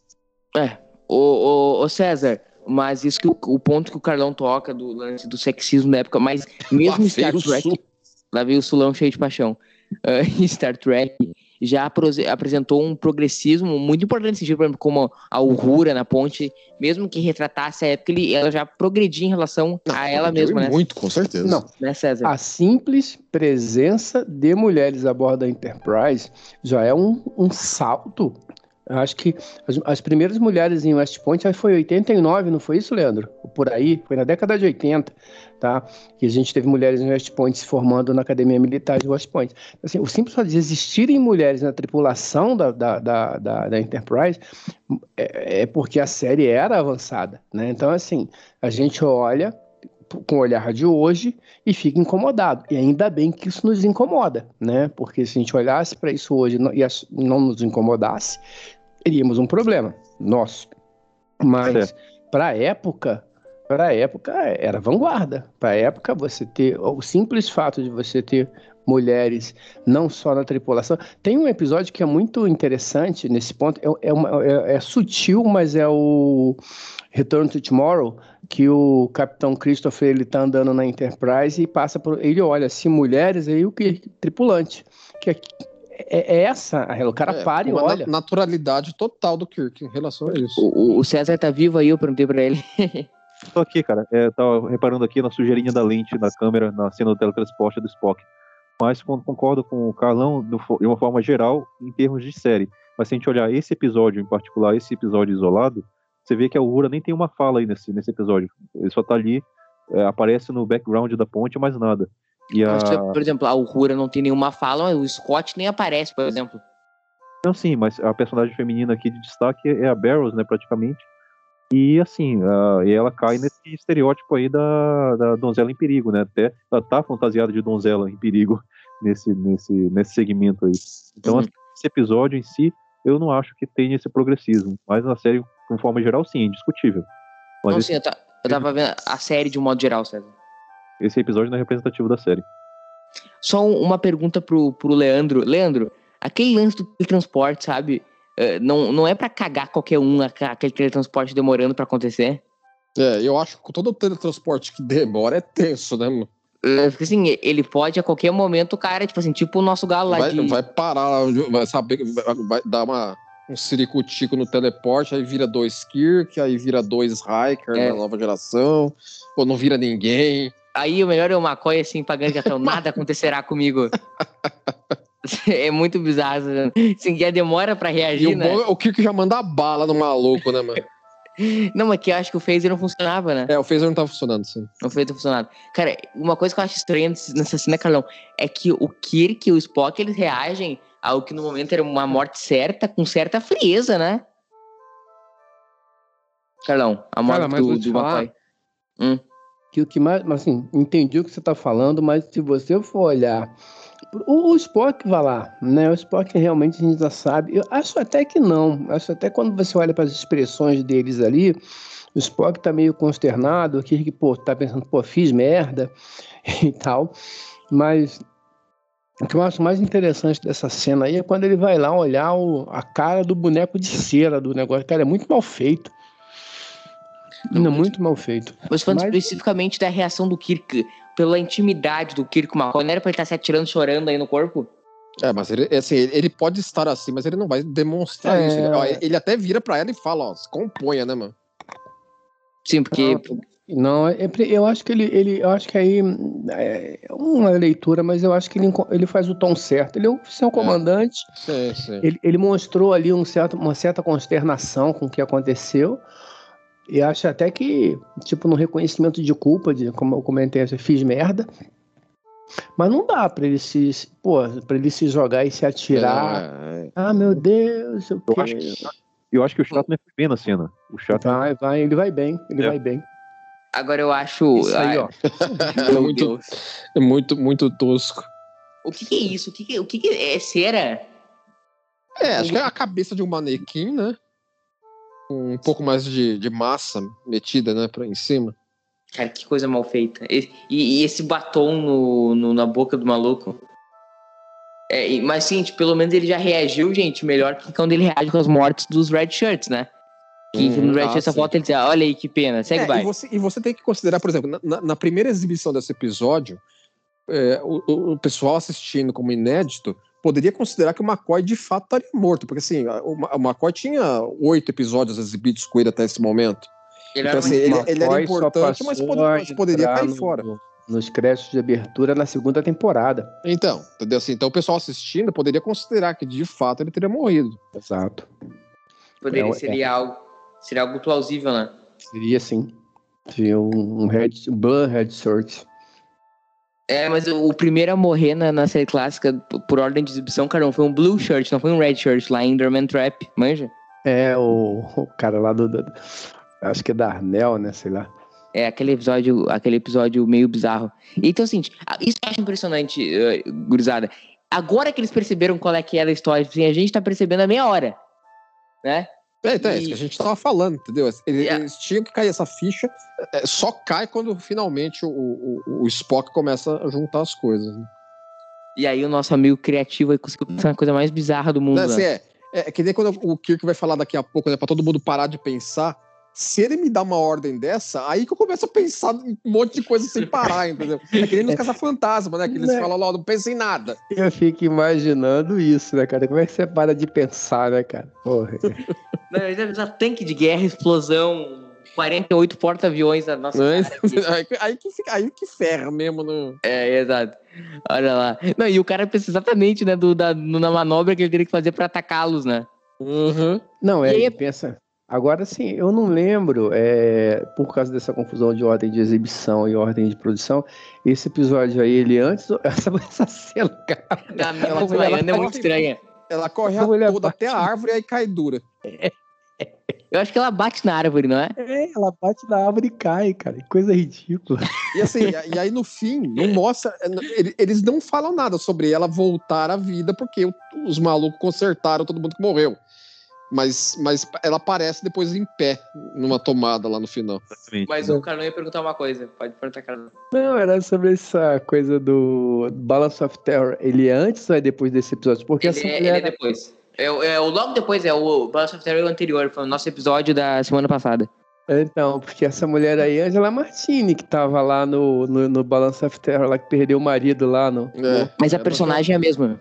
É. Ô, ô, ô César, mas isso que o, o ponto que o Carlão toca do lance do sexismo na época, mas mesmo Star Trek... Lá veio o Sulão cheio de paixão. Uh, Star Trek já apresentou um progressismo muito importante nesse sentido, por exemplo, como a Uhura na ponte, mesmo que retratasse a época, ele, ela já progredia em relação não, a ela mesma, né? Muito, com certeza. Não, né, César? A simples presença de mulheres a bordo da Enterprise já é um, um salto. Eu acho que as, as primeiras mulheres em West Point foi em oitenta e nove, não foi isso, Leandro? Por aí, foi na década de oitenta, tá? Que a gente teve mulheres em West Point se formando na Academia Militar de West Point. Assim, o simples fato de existirem mulheres na tripulação da, da, da, da, da Enterprise é, é porque a série era avançada, né? Então, assim, a gente olha com o olhar de hoje e fica incomodado. E ainda bem que isso nos incomoda, né? Porque se a gente olhasse para isso hoje e não nos incomodasse, teríamos um problema nosso. Mas para a época, para a época era vanguarda. Para a época você ter o simples fato de você ter mulheres não só na tripulação. Tem um episódio que é muito interessante nesse ponto. É, é, uma, é, é sutil, mas é o Return to Tomorrow, que o Capitão Christopher ele tá andando na Enterprise e passa por ele olha se mulheres aí o que tripulante que é, é essa o cara é, para e olha naturalidade total do Kirk em relação a isso. O, o César tá vivo aí, eu perguntei pra ele. Tô aqui, cara. É, tava reparando aqui na sujeirinha da lente da câmera na cena do teletransporte do Spock. Mas concordo com o Carlão do, de uma forma geral em termos de série. Mas se a gente olhar esse episódio em particular, esse episódio isolado, você vê que a Uhura nem tem uma fala aí nesse, nesse episódio. Ele só tá ali, é, aparece no background da ponte, mais nada. E a... Por exemplo, a Uhura não tem nenhuma fala, mas o Scott nem aparece, por exemplo. Não, sim, mas a personagem feminina aqui de destaque é a Barrows, né, praticamente. E assim, a, e ela cai nesse estereótipo aí da, da donzela em perigo, né? Até ela tá fantasiada de donzela em perigo nesse, nesse, nesse segmento aí. Então, uhum. assim, esse episódio em si, eu não acho que tenha esse progressismo. Mas na série, de forma geral, sim, é indiscutível. Mas não, esse... sim, eu, tá, eu tava vendo a série de um modo geral, César. Esse episódio não é representativo da série. Só uma pergunta pro, pro Leandro. Leandro, aquele lance do teletransporte, sabe? Uh, não, não é pra cagar qualquer um, aquele teletransporte demorando pra acontecer? É, eu acho que todo teletransporte que demora é tenso, né, mano? Uh, porque assim, ele pode a qualquer momento, o cara, tipo assim, tipo o nosso galo lá vai, de... Vai parar, vai saber, vai, vai dar uma, um ciricutico no teleporte, aí vira dois Kirk, aí vira dois Riker é. da nova geração, ou não vira ninguém. Aí o melhor é o McCoy, assim, pagando que até nada acontecerá comigo. É muito bizarro. Assim, já demora pra reagir, e né? O, bom, o Kirk já manda bala no maluco, né, mano? Não, mas que eu acho que o phaser não funcionava, né? É, o phaser não tava funcionando, sim. O phaser não funcionava. Cara, uma coisa que eu acho estranha nessa cena, Carlão, é que o Kirk e o Spock, eles reagem ao que no momento era uma morte certa, com certa frieza, né? Carlão, a morte Cara, do, do McCoy. Hum. Que o que mais, assim, entendi o que você tá falando, mas se você for olhar o, o Spock vai lá, né? O Spock realmente a gente já sabe. Eu acho até que não. Acho até quando você olha para as expressões deles ali, o Spock tá meio consternado, aqui que, pô, tá pensando, pô, fiz merda e tal. Mas o que eu acho mais interessante dessa cena aí é quando ele vai lá olhar o, a cara do boneco de cera do negócio. Cara, é muito mal feito. Não, muito mal feito. Mas falando Mas... especificamente da reação do Kirk, pela intimidade do Kirk com o McCoy, não era pra ele estar se atirando, chorando aí no corpo? É, mas ele, assim, ele pode estar assim, mas ele não vai demonstrar é... isso. Ele, ó, ele até vira pra ela e fala, ó, se componha, né, mano? Sim, porque... Não, é, eu acho que ele, ele eu acho que aí é uma leitura, mas eu acho que ele, ele faz o tom certo. Ele é um oficial comandante. É. Sim, sim. Ele, ele mostrou ali um certo, uma certa consternação com o que aconteceu. E acho até que, tipo, no reconhecimento de culpa, de como eu comentei, eu fiz merda. Mas não dá pra ele se, pô, pra ele se jogar e se atirar. É, é. Ah, meu Deus, eu, Eu acho, que, eu acho que o Shatner foi bem na cena. O Shatner Vai, vai, ele vai bem, ele É. vai bem. Agora eu acho. Isso aí, ó. É Meu muito, Deus. é muito, muito tosco. O que, que é isso? O que, que, o que, que é cera? É, acho que é a cabeça de um manequim, né? Com um pouco mais de, de massa metida, né, pra, em cima. Cara, que coisa mal feita. E, e- e esse batom no, no- na boca do maluco. É, e- mas, gente, pelo menos ele já reagiu, gente, melhor que quando ele reage com as mortes dos Red Shirts, né? Que Uhum, no Red ah, Shirts só sim. falta ele dizer, olha aí que pena, segue É, vai. e, você, e você tem que considerar, por exemplo, na- na, na primeira exibição desse episódio, é, o, o- o pessoal assistindo como inédito poderia considerar que o McCoy de fato estaria morto, porque assim, a- o, Ma- o McCoy tinha oito episódios exibidos com ele até esse momento. Ele Então, era assim, uma... ele, ele era McCoy só importante, mas, passou pode- a mas poderia entrar cair no- fora. Nos créditos de abertura na segunda temporada. Então, entendeu? Assim, então o pessoal assistindo poderia considerar que de fato ele teria morrido. Exato. Poderia, É, seria, algo, seria algo plausível, né? Seria sim. Seria um, um, red, um Blood Red Shirt. É, mas o, o primeiro a morrer na, na série clássica, p- por ordem de exibição, cara, não foi um Blue Shirt, não foi um Red Shirt lá em Enderman Trap, manja? É, o, o cara lá do, do. Acho que é da Arnel, né? Sei lá. É, aquele episódio, aquele episódio meio bizarro. Então, assim, a- isso eu acho impressionante, uh, gurizada. Agora que eles perceberam qual é que era a história, assim, a gente tá percebendo a meia hora, né? É, então, é E- isso que a gente tava falando, entendeu? Eles, Yeah. eles tinham que cair essa ficha, é, só cai quando finalmente o, o, o Spock começa a juntar as coisas. Né? E aí o nosso amigo criativo aí conseguiu pensar na coisa mais bizarra do mundo, Né, assim, né? é, é, é que nem quando o Kirk vai falar daqui a pouco, né, pra todo mundo parar de pensar. Se ele me dá uma ordem dessa, aí que eu começo a pensar em um monte de coisa sem parar, entendeu? É que nem nos Caça-Fantasma, né? Que eles Né? falam lá, não pensa em nada. Eu fico imaginando isso, né, cara? Como é que você para de pensar, né, cara? Porra. Não, eles devem usar tanque de guerra, explosão, quarenta e oito porta-aviões na nossa Né? cara aqui. Aí, que- aí, que, fica- aí que ferra mesmo. No... É, exato. Olha lá. Não, e o cara pensa exatamente, né, do, da, na manobra que ele teria que fazer pra atacá-los, né? Uhum. Não, é, E aí- ele pensa. Agora sim, eu não lembro, é, por causa dessa confusão de ordem de exibição e ordem de produção, esse episódio aí, ele antes. Essa, essa cena, cara. A minha Ela- desmaiando ela é muito corre- estranha. Ela corre Como a ele toda abate. até a árvore e aí cai dura. Eu acho que ela bate na árvore, não é? É, ela bate na árvore e cai, cara. Que coisa ridícula. E assim, e aí no fim, não mostra. ele- Eles não falam nada sobre ela voltar à vida, porque o- os malucos consertaram todo mundo que morreu. Mas, mas ela aparece depois em pé, numa tomada lá no final. Exatamente. Mas o Carlão ia perguntar uma coisa. Pode perguntar, Carlão. Não, era sobre essa coisa do Balance of Terror. Ele é antes ou é depois desse episódio? Porque Ele essa é, ele mulher. é depois. É, o- é o logo depois, é o Balance of Terror é o anterior. Foi o nosso episódio da semana passada. Então, porque essa mulher aí, Angela Martini, que tava lá no, no, no Balance of Terror, lá que perdeu o marido lá. No, É. Mas a É, personagem é a mesma.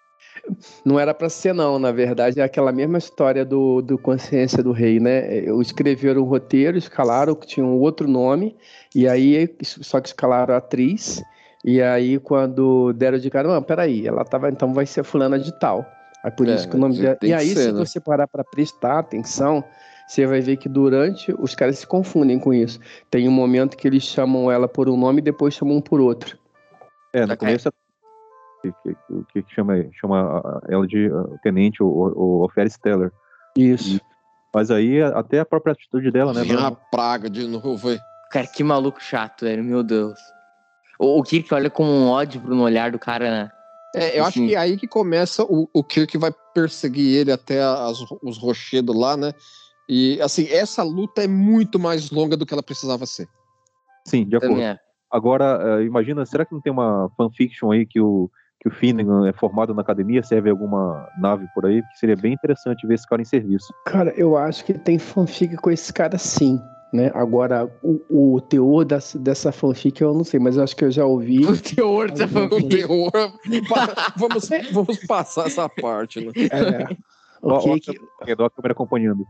Não era pra ser, não. Na verdade, é aquela mesma história do, do Consciência do Rei, né? Eu escreveram o roteiro, escalaram que tinha um outro nome, e aí, só que escalaram a atriz, e aí, quando deram de cara, não, peraí, ela tava, então vai ser fulana de tal. Aí por É, isso que o nome tem dela. que E aí, ser, se né? você parar pra prestar atenção, você vai ver que durante os caras se confundem com isso. Tem um momento que eles chamam ela por um nome e depois chamam um por outro. É, no Ok. começo que, que, que, que chama, chama a- ela de uh, tenente, o, o, o Ferris Teller. Isso. Mas aí a- até a própria atitude dela, né? Vem não- uma praga de novo, aí. Cara, que maluco chato, velho. Meu Deus. O, o Kirk olha com um ódio pro olhar do cara, né? É, eu acho Assim. que é aí que começa o, o Kirk vai perseguir ele até as- os rochedos lá, né? E, assim, essa luta é muito mais longa do que ela precisava ser. Sim, de acordo. Também é. Agora, uh, imagina, será que não tem uma fanfiction aí que o, que o Finnegan é formado na academia, serve alguma nave por aí? Que seria bem interessante ver esse cara em serviço. Cara, eu acho que tem fanfic com esse cara sim, né? Agora, o, o teor dessa, dessa fanfic eu não sei, mas eu acho que eu já ouvi. O teor dessa O fanfic. terror. pa- vamos, vamos passar essa parte, né? É, Ó, o que ó, que- ó, a câmera acompanhando.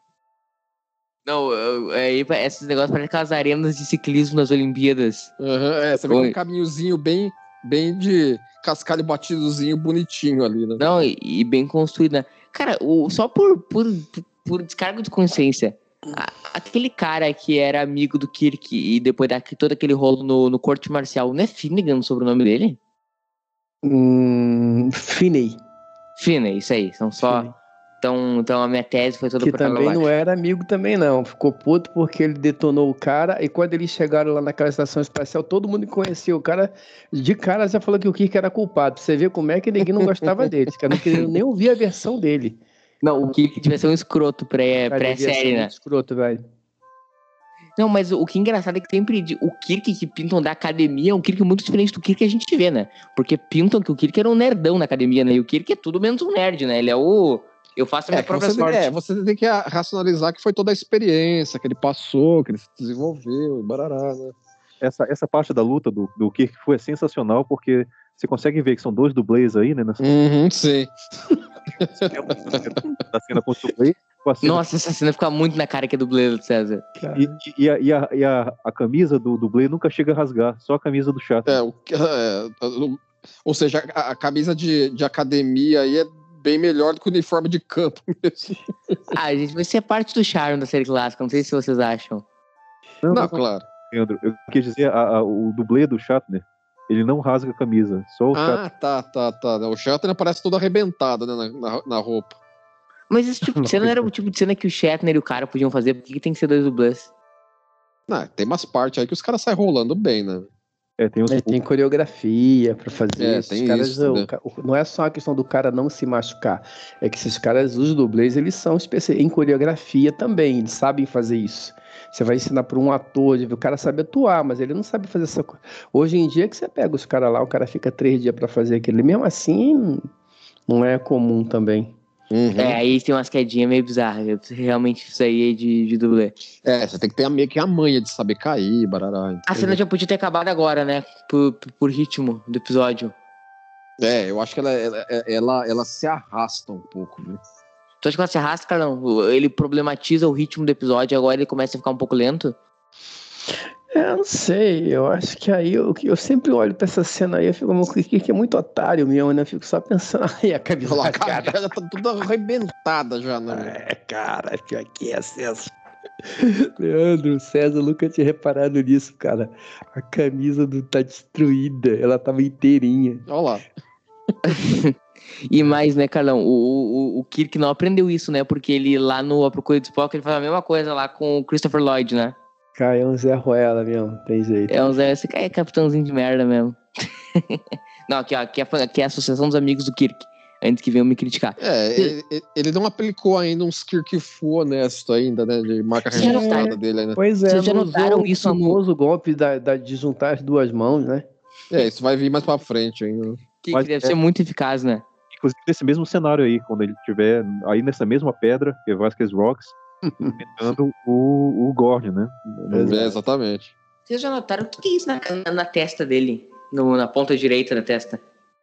Não, eu- é, esses negócios parecem aquelas arenas de ciclismo nas Olimpíadas. Uhum, é, você vê Oi. um caminhozinho bem, bem de cascalho batidozinho, bonitinho ali, né? Não, e, e bem construída. Cara, o, só por, por, por descargo de consciência, A- aquele cara que era amigo do Kirk e depois da todo aquele rolo no, no corte marcial, não é Finnegan sobre o nome dele? Hum, Finney. Finney, isso aí, são só... Finney. Então, então a minha tese foi toda Que por água também não abaixo. era amigo também, não. Ficou puto porque ele detonou o cara e quando eles chegaram lá naquela estação espacial, todo mundo conhecia o cara. De cara já falou que o Kirk era culpado. Pra você ver como é que ninguém não gostava dele. Os caras não queriam nem ouvir a versão dele. Não, o Kirk devia ser um escroto pré- Cara, devia ser pré-série, né? muito escroto, velho. Não, mas o, o que é engraçado é que sempre de- o Kirk que pintam da academia é um Kirk muito diferente do Kirk que a gente vê, né? Porque pintam que o Kirk era um nerdão na academia, né? E o Kirk é tudo menos um nerd, né? Ele é o... Eu faço a minha É, que própria você, sorte. é, você tem que a- racionalizar que foi toda a experiência que ele passou, que ele se desenvolveu, e barará, né? Essa, essa parte da luta do, do Kirk foi sensacional, porque você consegue ver que são dois dublês aí, né? Nessa Uhum, sim. da cena contra o Blaze, com a cena- Nossa, essa cena fica muito na cara que é dublê do César. Cara, E, e, a, e, a, e a, a camisa do dublê nunca chega a rasgar, só a camisa do chato. É, o, que- é, o- ou seja, a, a camisa de, de academia aí é bem melhor do que o uniforme de campo mesmo. Ah, gente, vai ser parte do charme da série clássica, não sei se vocês acham. Não, Não, não, claro. Leandro, eu quis dizer, a, a, o dublê do Shatner, ele não rasga a camisa, só o Shatner. Ah, tá, tá, tá. O Shatner aparece todo arrebentado, né, na, na, na roupa. Mas esse tipo de cena não era o tipo de cena que o Shatner e o cara podiam fazer, por que que tem que ser dois dublês? Não, tem umas partes aí que os caras saem rolando bem, né? É, tem os, é, tem coreografia pra fazer. É, Esses tem caras, isso, o né? ca- o- não é só a questão do cara não se machucar. É que esses caras, os dublês, eles são especialistas em coreografia também. Eles sabem fazer isso. Você vai ensinar para um ator, o cara sabe atuar, mas ele não sabe fazer essa coisa. Hoje em dia que você pega os caras lá, o cara fica três dias pra fazer aquilo. Mesmo assim, não é comum também. Uhum. É, aí tem umas quedinhas meio bizarras. Realmente isso aí é de, de dublê. É, você tem que ter a, meio que a manha de saber cair, barará. A cena já podia ter acabado agora, né? Por, por ritmo do episódio. É, eu acho que ela, ela, ela, ela se arrasta um pouco, né? Tu acha que ela se arrasta, Carlão? Ele problematiza o ritmo do episódio e agora ele começa a ficar um pouco lento? É, eu não sei, eu acho que aí eu, eu sempre olho pra essa cena aí, eu fico, meu, que, que é muito otário mesmo, né? Eu fico só pensando, ai, a camisa Olha lá, a rasgada. cara tá toda arrebentada já, né? É, cara, pior que é, César. Leandro, César, nunca tinha reparado nisso, cara. A camisa do tá destruída, ela tava inteirinha. Olha lá. E mais, né, Carlão? O, o, o Kirk não aprendeu isso, né? Porque ele lá no A Procura de Spock, ele faz a mesma coisa lá com o Christopher Lloyd, né? Cara, é um Zé Ruela mesmo, tem jeito. É um Zé, esse cara é capitãozinho de merda mesmo. Não, aqui, ó, aqui, é, aqui é a Associação dos Amigos do Kirk. Antes que venham me criticar. É, ele, ele não aplicou ainda uns Kirk full honesto ainda, né? De marca Sim, registrada é. dele, né? Pois é, Vocês já não notaram usou isso o no- famoso golpe da, da, de juntar as duas mãos, né? É, isso vai vir mais pra frente ainda. Que, Mas que deve é- ser muito eficaz, né? inclusive nesse mesmo cenário aí, quando ele estiver aí nessa mesma pedra, que é Vasquez Rocks, enfrentando o, o Gorn, né? No- É, exatamente. Vocês já notaram o que, que é isso na, na, na testa dele? No- na ponta direita da testa?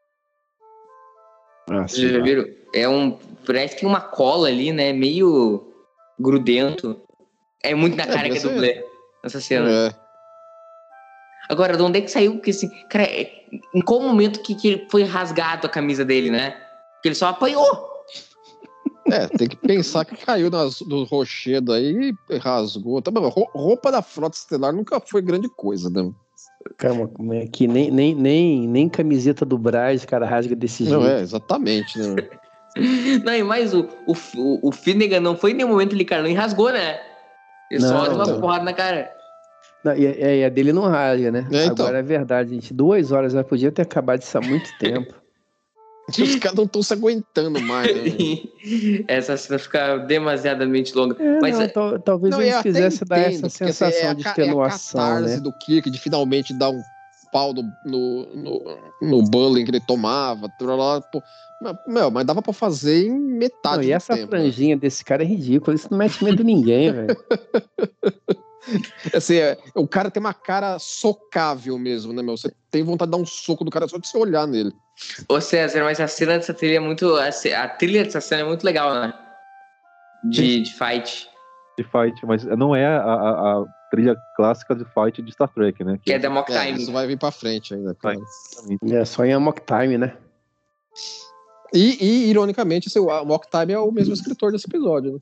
Ah, Vocês já viram? É um. Parece que tem uma cola ali, né? Meio grudento. É muito na É, cara que é deve ser. dublê. Essa cena. É. Agora, de onde é que saiu? Porque assim, cara, é- em qual momento que, que foi rasgado a camisa dele, né? Porque ele só apanhou. É, tem que pensar que caiu nas, no rochedo aí e rasgou. Tá bom, ro- roupa da Frota Estelar nunca foi grande coisa, né? Calma, como é que nem, nem, nem, nem camiseta do Braz, cara, rasga desse Não, jeito. é, exatamente, né? Não, e mais o, o, o, o Finnegan não foi em nenhum momento ele, cara, não rasgou, né? Ele só Não, deu uma não. porrada na cara. Não, e, é, e a dele não rasga, né? É, então. Agora é verdade, gente. Duas horas já podia ter acabado isso há muito tempo. Os caras não estão se aguentando mais, né? Essa cena fica demasiadamente longa. É, Mas não, tal- talvez Não, eles eu até quisessem dar entendo, essa porque, assim, sensação é a de ca- extenuação, é a catarse né? do Kirk de finalmente dar um pau no, no, no, no bullying que ele tomava. Trolá, pô. Mas, meu, mas dava pra fazer em metade Não, e do essa tempo. né? franjinha desse cara é ridícula. Isso não mete medo em ninguém, velho. Assim, é, o cara tem uma cara socável mesmo, né, meu? Você tem vontade de dar um soco do cara só de você olhar nele. Ô César, mas a cena dessa trilha é muito. A, ce- a trilha dessa cena é muito legal, né? De, de fight. de fight, mas não é a, a- a trilha clássica de fight de Star Trek, né? Que é da Mock É, Time. isso vai vir pra frente ainda. Cara. É só em Amok Time, né? E, e, ironicamente, assim, o Mock Time é o mesmo escritor desse episódio, né?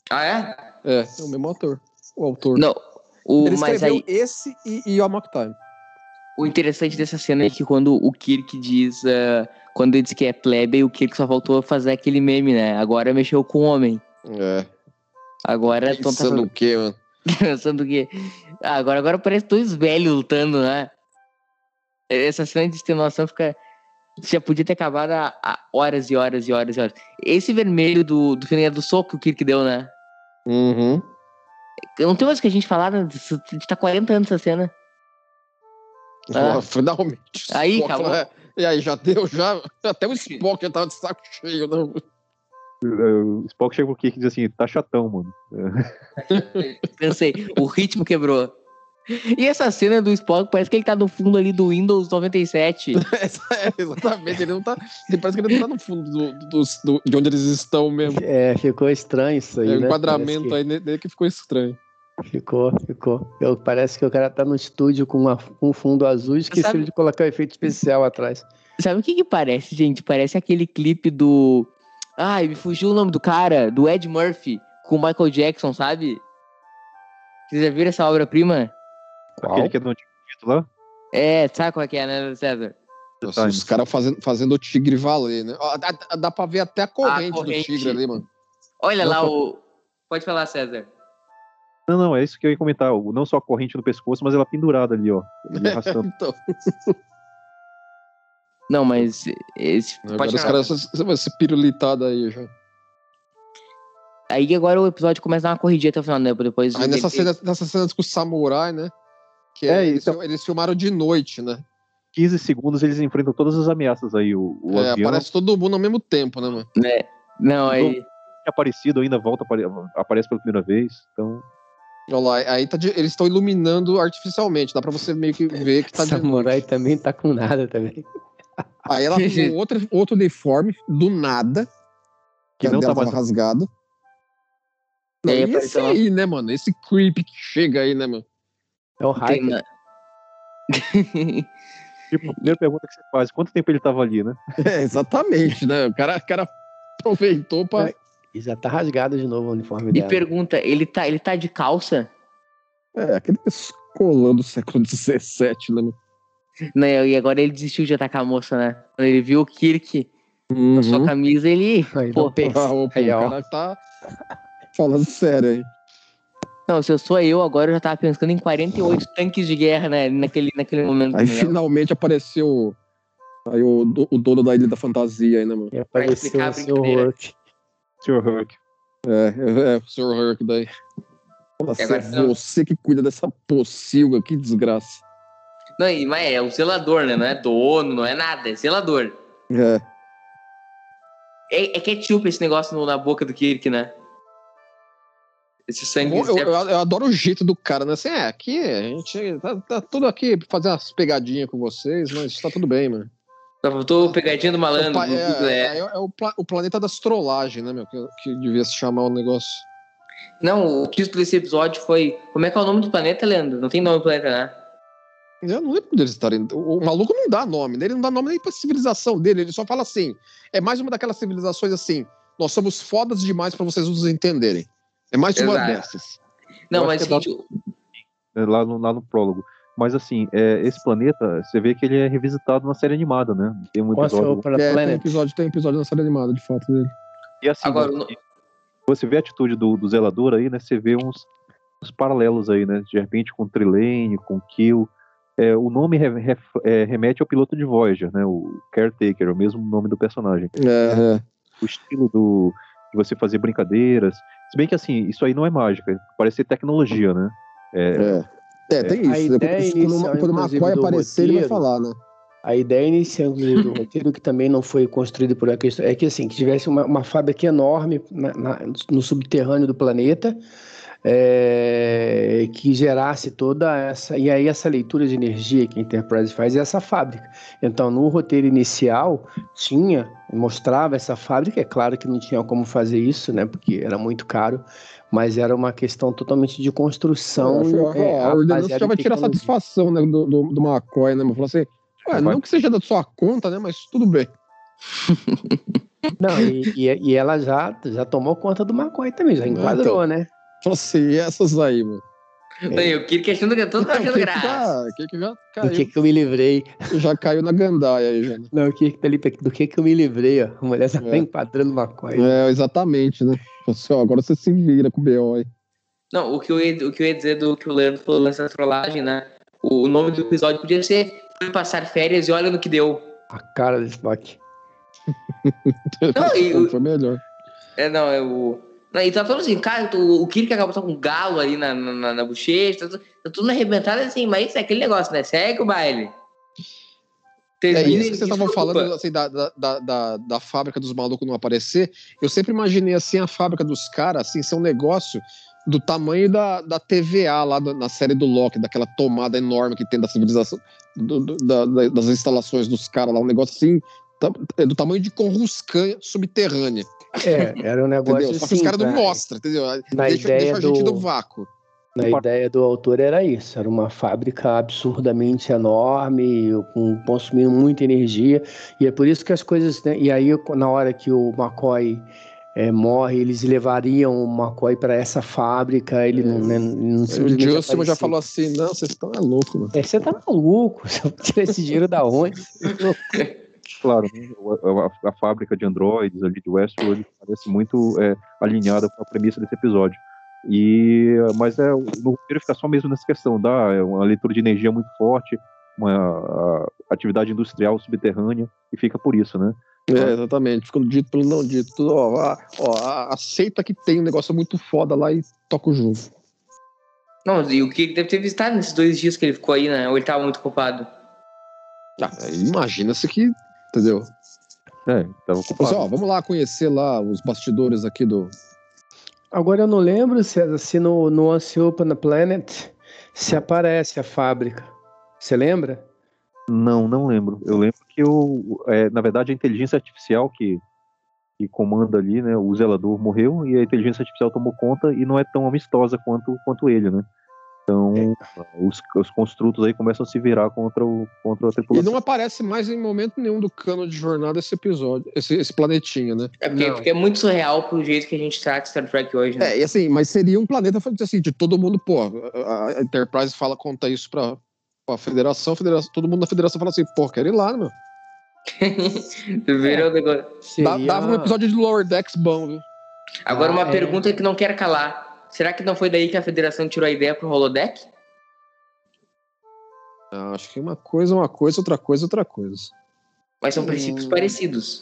Ah, é? É, é o mesmo ator. O autor. Não. O, Ele mas escreveu aí, esse e, e Amok Time. o interessante dessa cena é que quando o Kirk diz... Uh, quando ele diz que é plebe, o Kirk só voltou a fazer aquele meme, né? Agora mexeu com o homem. É. Agora... Pensando o quê, mano? Pensando o quê? Ah, agora, agora parece dois velhos lutando, né? Essa cena de extenuação fica... Já podia ter acabado há, há horas e horas e horas e horas. Esse vermelho do, do final do soco que o Kirk deu, né? Uhum. Não tem mais o que a gente falar, né? A gente tá quarenta anos essa cena. Ah. Finalmente. Aí, Spock, acabou. né? E aí, já deu, já. Até o Spock já tava de saco cheio, né? O Spock chega pro Kirk e diz assim, tá chatão, mano. Pensei, o ritmo quebrou. E essa cena do Spock parece que ele tá no fundo ali do Windows noventa e sete. É, exatamente, ele não tá. Parece que ele não tá no fundo do, do, do, de onde eles estão mesmo. É, ficou estranho isso aí. É o né? enquadramento que... aí dele que ficou estranho. Ficou, ficou. Eu, parece que o cara tá no estúdio com uma, um fundo azul e esqueceu Sabe... de colocar o efeito especial atrás. Sabe o que que parece, gente? Parece aquele clipe do... Ai, me fugiu o nome do cara, do Ed Murphy, com o Michael Jackson, sabe? Vocês já viram essa obra-prima? Aquele que é do antigo lá? É, sabe qual é que é, né, César? Nossa, os caras fazendo, fazendo o tigre valer, né? Ó, dá, dá pra ver até a corrente, a corrente. do tigre ali, mano. Olha não lá só... o... Pode falar, César. Não, não, é isso que eu ia comentar. Não só a corrente no pescoço, mas ela pendurada ali, ó. Ele arrastando. Então... Não, mas... Esse... Agora Pode os falar. caras vão se pirulitado aí já. Aí agora o episódio começa a dar uma corridinha até o final, né? Depois aí nessa cena, nessa cena com o samurai, né? Que é, eles, então, eles filmaram de noite, né? quinze segundos eles enfrentam todas as ameaças aí. O, o é, avião... aparece todo mundo ao mesmo tempo, né, mano? É. Não, aí... Tinha aparecido ainda, volta, aparece pela primeira vez, então... Olha lá, aí tá de, eles estão iluminando artificialmente, dá pra você meio que ver que tá de Samurai também tá com nada também. Aí ela tem outro, outro uniforme, do nada, que, que não tá mais rasgado. Não, e esse aí, né, mano? Esse creep que chega aí, né, mano? É o hype. Na... Tipo, a primeira pergunta que você faz, quanto tempo ele tava ali, né? É, exatamente, né? O cara, o cara aproveitou pra... É, e já tá rasgado de novo o uniforme e dela. E pergunta, ele tá, ele tá de calça? É, aquele escolão do século dezessete, né, mano? Não, e agora ele desistiu de atacar a moça, né? Quando ele viu o Kirk uhum. na sua camisa, ele... Aí, pô, pensa. Ah, opa, aí, o cara tá falando sério aí. Não, se eu sou eu, agora eu já tava pensando em quarenta e oito tanques de guerra, né? Naquele, naquele momento. Aí né? finalmente apareceu aí o, o dono da Ilha da Fantasia aí, né, mano? E apareceu o senhor Hurk. senhor Hurk. É, é, é, o senhor Hurk daí. Nossa, agora, é você que cuida dessa pocilga, que desgraça. Não, mas é o zelador, né? Não é dono, não é nada, é zelador. É. É, é ketchup esse negócio no, na boca do Kirk, né? Esse sangue... Eu, eu, eu, eu adoro o jeito do cara, né? Assim, é, aqui a gente tá, tá tudo aqui pra fazer umas pegadinhas com vocês, mas tá tudo bem, mano. Só faltou pegadinha do malandro. É, é, é, é o, pla, o planeta das trollagens, né, meu? Que, que devia se chamar o negócio. Não, o título desse episódio foi... Como é que é o nome do planeta, Leandro? Não tem nome do planeta, né? Eu não lembro deles estarem... O, o maluco não dá nome, ele não dá nome nem pra civilização dele, ele só fala assim, é mais uma daquelas civilizações assim, nós somos fodas demais pra vocês nos entenderem. É mais uma Exato. dessas. Não, Eu mas... acho que é lá, no, lá no prólogo. Mas assim, é, esse planeta, você vê que ele é revisitado na série animada, né? Tem um episódio... É, tem, um episódio, tem um episódio na série animada, de fato, dele. E assim, Agora, você, você vê a atitude do, do zelador aí, né? Você vê uns, uns paralelos aí, né? De repente com Trelane, com Kill. É, o nome re, re, é, remete ao piloto de Voyager, né? O Caretaker, é o mesmo nome do personagem. É, é. O estilo do, de você fazer brincadeiras. Se bem que assim, isso aí não é mágica, parece ser tecnologia, né? É, é, é tem a isso. Ideia Depois, inicial, quando, quando o McCoy aparecer, roteiro, ele vai falar, né? A ideia inicial do roteiro, que também não foi construído por uma questão, é que assim, que tivesse uma, uma fábrica enorme na, na, no subterrâneo do planeta, é, que gerasse toda essa... E aí essa leitura de energia que a Enterprise faz é essa fábrica. Então, no roteiro inicial, tinha, mostrava essa fábrica. É claro que não tinha como fazer isso, né? Porque era muito caro, mas era uma questão totalmente de construção. É, é, a ordenança já vai tirar satisfação, né, do, do, do McCoy, né? Falou assim, ué, não que seja da sua conta, né? Mas tudo bem. Não, e, e, e ela já, já tomou conta do McCoy também, já enquadrou, então, né? Fala assim, e essas aí, mano? É. Eu queria que achando que todo Não, achando que graça. já, que que já Do caiu, que que eu me livrei? já caiu na gandaia aí, já. Né? Não, o que que tá ali, do que que eu me livrei, ó. A mulher já tá É. enquadrando o McCoy. É, exatamente, né? Assim, ó, agora você se vira com o B O aí. Não, o que, eu ia, o que eu ia dizer do que o Leandro falou nessa trollagem, né? O, o nome do episódio podia ser Foi Passar Férias e Olha no que deu. A cara desse Spock. Não, e o- Foi melhor. É, não, é o. Não, e tá falando assim, cara, o, o Kirk acabou com um galo ali na, na, na bochecha, tá, tudo- tá tudo arrebentado assim, mas isso é aquele negócio, né? Segue o baile. É Termina isso e que vocês estavam desculpa. falando assim, da, da, da, da, da fábrica dos malucos não aparecer. Eu sempre imaginei assim a fábrica dos caras assim, ser um negócio do tamanho da, da T V A lá da- na série do Loki, daquela tomada enorme que tem da civilização, do- do- da- da- das instalações dos caras lá, um negócio assim, tá- é do tamanho de Coruscant subterrânea. É, era um negócio Entendeu? Só que assim. os caras não pra- mostram, entendeu? na Deixa, ideia deixa a gente do- no vácuo. Na ideia do autor era isso, era uma fábrica absurdamente enorme, com consumindo muita energia, e é por isso que as coisas, né, e aí na hora que o McCoy é, morre, eles levariam o McCoy para essa fábrica, ele não, né, não O simplesmente Justin já aparecia. falou assim, não, vocês estão é louco, mano. É, você tá maluco, você vai tirar esse dinheiro da onde? Claro, né, a, a- a fábrica de androides ali de Westworld parece muito é, alinhada com a premissa desse episódio. E, mas é, no roteiro fica só mesmo nessa questão, dá é uma leitura de energia muito forte, uma a, atividade industrial subterrânea, e fica por isso, né? É, exatamente, ficando dito pelo não dito. Tudo, ó, a- ó, a- aceita que tem um negócio muito foda lá e toca o jogo. Não, e o Kirk deve ter visitado nesses dois dias que ele ficou aí, né? Ou ele tava muito ocupado. Ah, imagina-se que, entendeu? É, tava Mas, ocupado. ó, vamos lá conhecer lá os bastidores aqui do... Agora eu não lembro, César, se no, no Once Upon a Planet se aparece a fábrica. Você lembra? Não, não lembro. Eu lembro que, o, é, na verdade, a inteligência artificial que, que comanda ali, né, o zelador morreu e a inteligência artificial tomou conta e não é tão amistosa quanto, quanto ele, né? Então, os, os construtos aí começam a se virar contra, o, contra a E tripulação. não aparece mais em momento nenhum do cano de jornada esse episódio, esse, esse planetinha, né? É porque, Não. porque é muito surreal pro jeito que a gente trata Star Trek hoje, né? É, e assim, mas seria um planeta assim, de todo mundo, pô, a a Enterprise fala, conta isso pra, pra federação, a federação, todo mundo na federação fala assim, pô, quero ir lá, meu. Virou o negócio. Dá- Seria... Dava um episódio de Lower Decks bom, viu? Agora, uma Ah, é. pergunta que não quero calar. Será que não foi daí que a federação tirou a ideia pro holodeck? Ah, acho que uma coisa é uma coisa, outra coisa é outra coisa. Mas são princípios Hum. parecidos.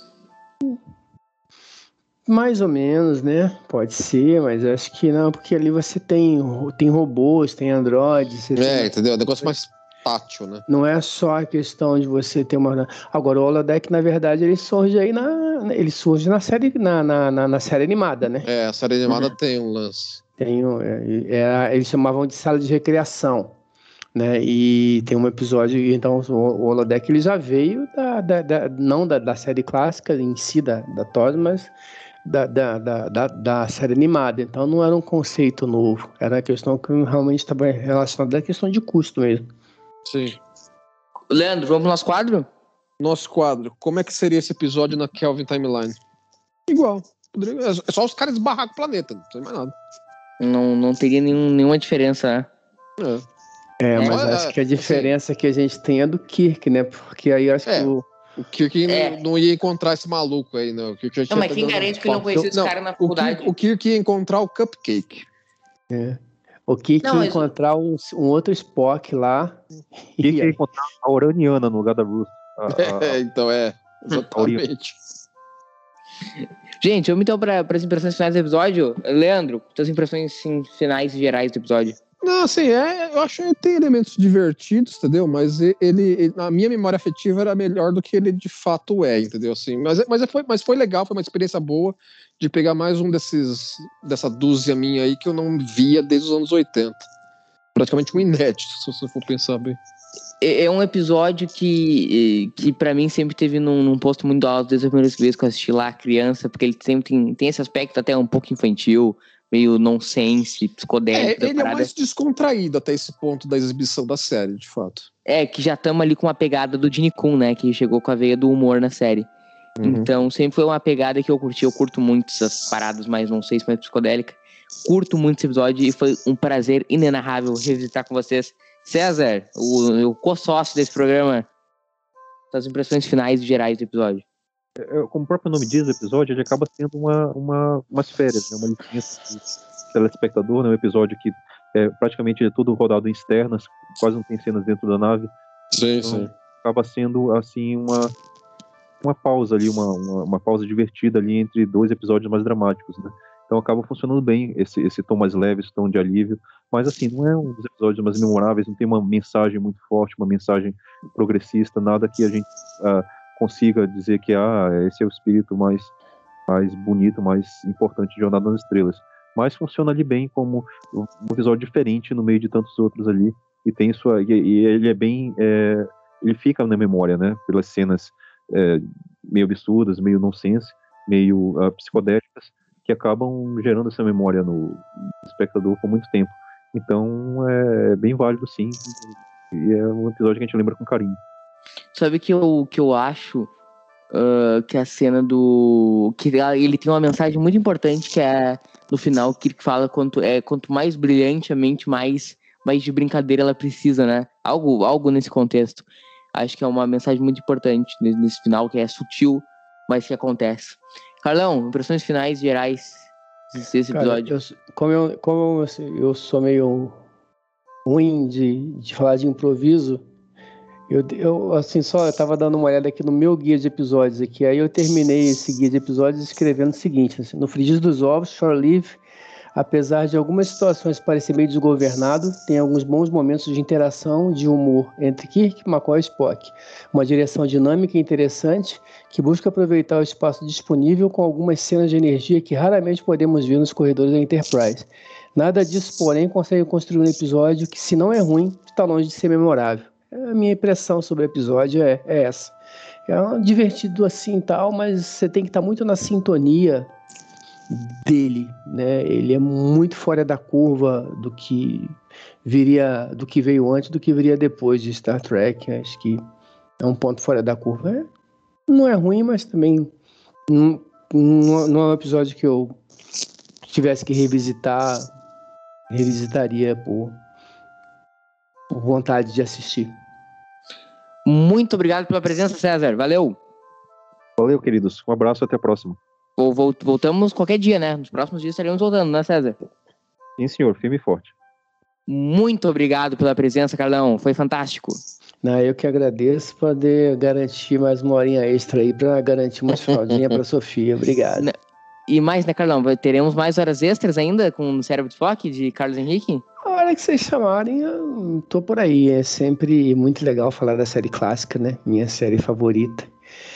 Mais ou menos, né? Pode ser, mas eu acho que não, porque ali você tem, tem robôs, tem androides. Você É, tem- entendeu? É um negócio mais tátil, né? Não é só a questão de você ter uma. Agora, o holodeck, na verdade, ele surge aí na. Ele surge na série, na, na, na, na série animada, né? É, a série animada tem um lance. Tem, um- é, é, eles chamavam de sala de recreação, né? E tem um episódio, então o, o holodeck ele já veio da, da, da- não da, da série clássica em si, da, da T O S, mas da, da, da, da, da série animada. Então não era um conceito novo, era a questão que realmente estava relacionada à questão de custo mesmo. Sim. Leandro, vamos pro nosso quadro? Nosso quadro, como é que seria esse episódio na Kelvin Timeline? Igual. Poderia- É só os caras esbarrar com o planeta, não tem mais nada. Não, não teria nenhum, nenhuma diferença. né? É. É, mas É, acho que a assim- diferença que a gente tem é do Kirk, né? Porque aí eu acho É. que o, O Kirk É. não, não ia encontrar esse maluco aí, não. O Kirk já Não, tinha mas quem pegado- garante que ele não conhecia esse Não, cara na o faculdade? Kirk, o Kirk ia encontrar o Cupcake. o Kirk Não, ia mas- encontrar um, um outro Spock lá. E que ia encontrar a Uraniana no lugar da Ruth. A- a- É, então é. Exatamente. Gente, vamos então para as impressões finais do episódio. Leandro, suas impressões sim, finais e gerais do episódio. Não, assim, é, eu acho que tem elementos divertidos, entendeu? Mas e- ele, ele- na minha memória afetiva, era melhor do que ele de fato é, entendeu? Assim, mas, é- mas, é- foi, mas foi legal, foi uma experiência boa de pegar mais um desses, dessa dúzia minha aí que eu não via desde os anos oitenta. Praticamente um inédito, se você for pensar bem. É é um episódio que, que para mim sempre teve num, num posto muito alto desde a primeira vez que eu assisti lá, criança, porque ele sempre tem, tem esse aspecto até um pouco infantil, meio nonsense, É, psicodélico. da ele é parada. mais descontraído até esse ponto da exibição da série, de fato. É, que já estamos ali com uma pegada do Gene Kun, né? Que chegou com a veia do humor na série. Uhum. Então, sempre foi uma pegada que eu curti. Eu curto muito essas paradas mais nonsense, mais psicodélica. Curto muito esse episódio e foi um prazer inenarrável revisitar com vocês. César, o, o co-sócio desse programa, suas impressões finais e gerais do episódio. Como o próprio nome diz, o episódio ele acaba sendo uma, uma, umas férias, né? Uma licença do telespectador, né? Um episódio que é praticamente é todo rodado em externas, quase não tem cenas dentro da nave. Sim, então, sim. Acaba sendo assim uma, uma pausa ali, uma, uma, uma pausa divertida ali entre dois episódios mais dramáticos, né? Então acaba funcionando bem esse, esse tom mais leve, esse tom de alívio. Mas assim, não é um dos episódios mais memoráveis, não tem uma mensagem muito forte, uma mensagem progressista, nada que a gente uh, consiga dizer que ah, esse é o espírito mais, mais bonito, mais importante de Jornada nas Estrelas. Mas funciona ali bem como um episódio diferente no meio de tantos outros ali. E tem sua. E, e ele é bem. É, ele fica na memória, né? Pelas cenas é, meio absurdas, meio nonsense, meio uh, psicodélicas, que acabam gerando essa memória no espectador por muito tempo. Então é bem válido, sim, e é um episódio que a gente lembra com carinho. Sabe que eu, que eu acho uh, que a cena do... que ele tem uma mensagem muito importante, que é no final, que ele fala quanto, é, quanto mais brilhante a mente, mais, mais de brincadeira ela precisa, né? Algo, algo nesse contexto. Acho que é uma mensagem muito importante nesse, nesse final, que é sutil, mas que acontece. Carlão, impressões finais gerais desse episódio. Cara, eu, como eu, como eu, eu sou meio ruim de, de falar de improviso, eu, eu assim, só eu tava dando uma olhada aqui no meu guia de episódios aqui, aí eu terminei esse guia de episódios escrevendo o seguinte, assim, no frigir dos ovos, Shore Leave, apesar de algumas situações parecer meio desgovernado, tem alguns bons momentos de interação, de humor entre Kirk, McCoy e Spock. Uma direção dinâmica e interessante que busca aproveitar o espaço disponível com algumas cenas de energia que raramente podemos ver nos corredores da Enterprise. Nada disso, porém, consegue construir um episódio que, se não é ruim, está longe de ser memorável. A minha impressão sobre o episódio é, é essa. É um divertido assim e tal, mas você tem que estar muito na sintonia dele, né? Ele é muito fora da curva do que viria, do que veio antes, do que viria depois de Star Trek. Acho que é um ponto fora da curva. É, não é ruim, mas também não, não, não é um episódio que eu tivesse que revisitar, revisitaria por, por vontade de assistir. Muito obrigado pela presença, César. Valeu. Valeu, queridos. Um abraço e até a próxima. Voltamos qualquer dia, né? Nos próximos dias estaremos voltando, né, César? Sim, senhor. Firme e forte. Muito obrigado pela presença, Carlão. Foi fantástico. Não, eu que agradeço poder garantir mais uma horinha extra aí para garantir uma fraldinha para Sofia. Obrigado. E mais, né, Carlão? Teremos mais horas extras ainda com o Cérebro de Spock, de Carlos Henrique? A hora que vocês chamarem, eu tô por aí. É sempre muito legal falar da série clássica, né? Minha série favorita.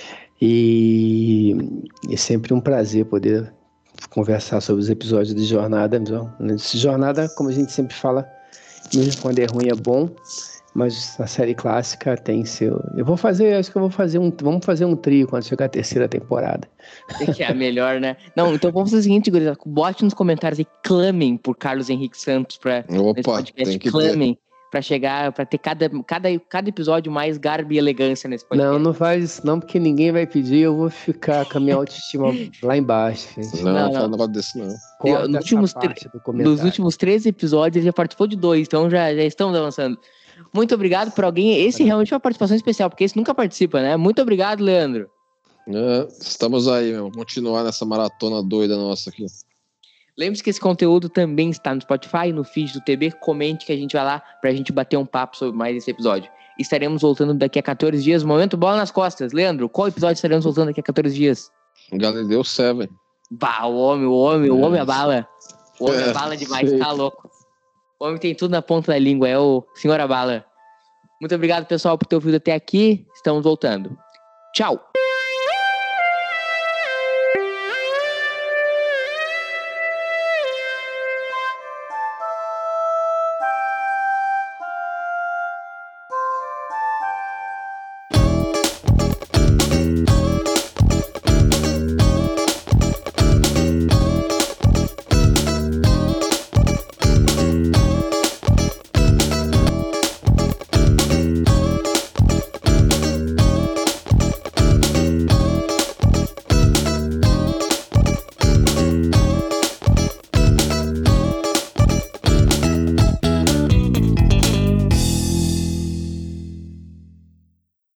E é sempre um prazer poder conversar sobre os episódios de Jornada. De Jornada, como a gente sempre fala, mesmo quando é ruim é bom, mas a série clássica tem seu... Eu vou fazer, acho que eu vou fazer um... Vamos fazer um trio quando chegar a terceira temporada. Que é a melhor, né? Não, então vamos fazer o seguinte, gurizada, bote nos comentários e clamem por Carlos Henrique Santos pra... Opa, nesse podcast, tem que clamem. Ter. Pra chegar, pra ter cada, cada, cada episódio mais garbo e elegância nesse podcast. Não, não faz isso não, porque ninguém vai pedir, eu vou ficar com a minha autoestima lá embaixo, gente. Não, não, não não. fala um negócio desse, não. Eu, nos, últimos tre- nos últimos treze episódios ele já participou de dois, então já, já estamos avançando. Muito obrigado por alguém, esse realmente é uma participação especial, porque esse nunca participa, né? Muito obrigado, Leandro. É, estamos aí, meu. Vamos continuar nessa maratona doida nossa aqui. Lembre-se que esse conteúdo também está no Spotify, no feed do T B. Comente que a gente vai lá pra gente bater um papo sobre mais esse episódio. Estaremos voltando daqui a catorze dias. Momento bola nas costas. Leandro, qual episódio estaremos voltando daqui a catorze dias? Galileu Seven. Bah, o homem, o homem, é. o homem é bala. O homem é, é bala demais, sei. Tá louco. O homem tem tudo na ponta da língua, é o senhor Abala. Muito obrigado, pessoal, por ter ouvido até aqui. Estamos voltando. Tchau!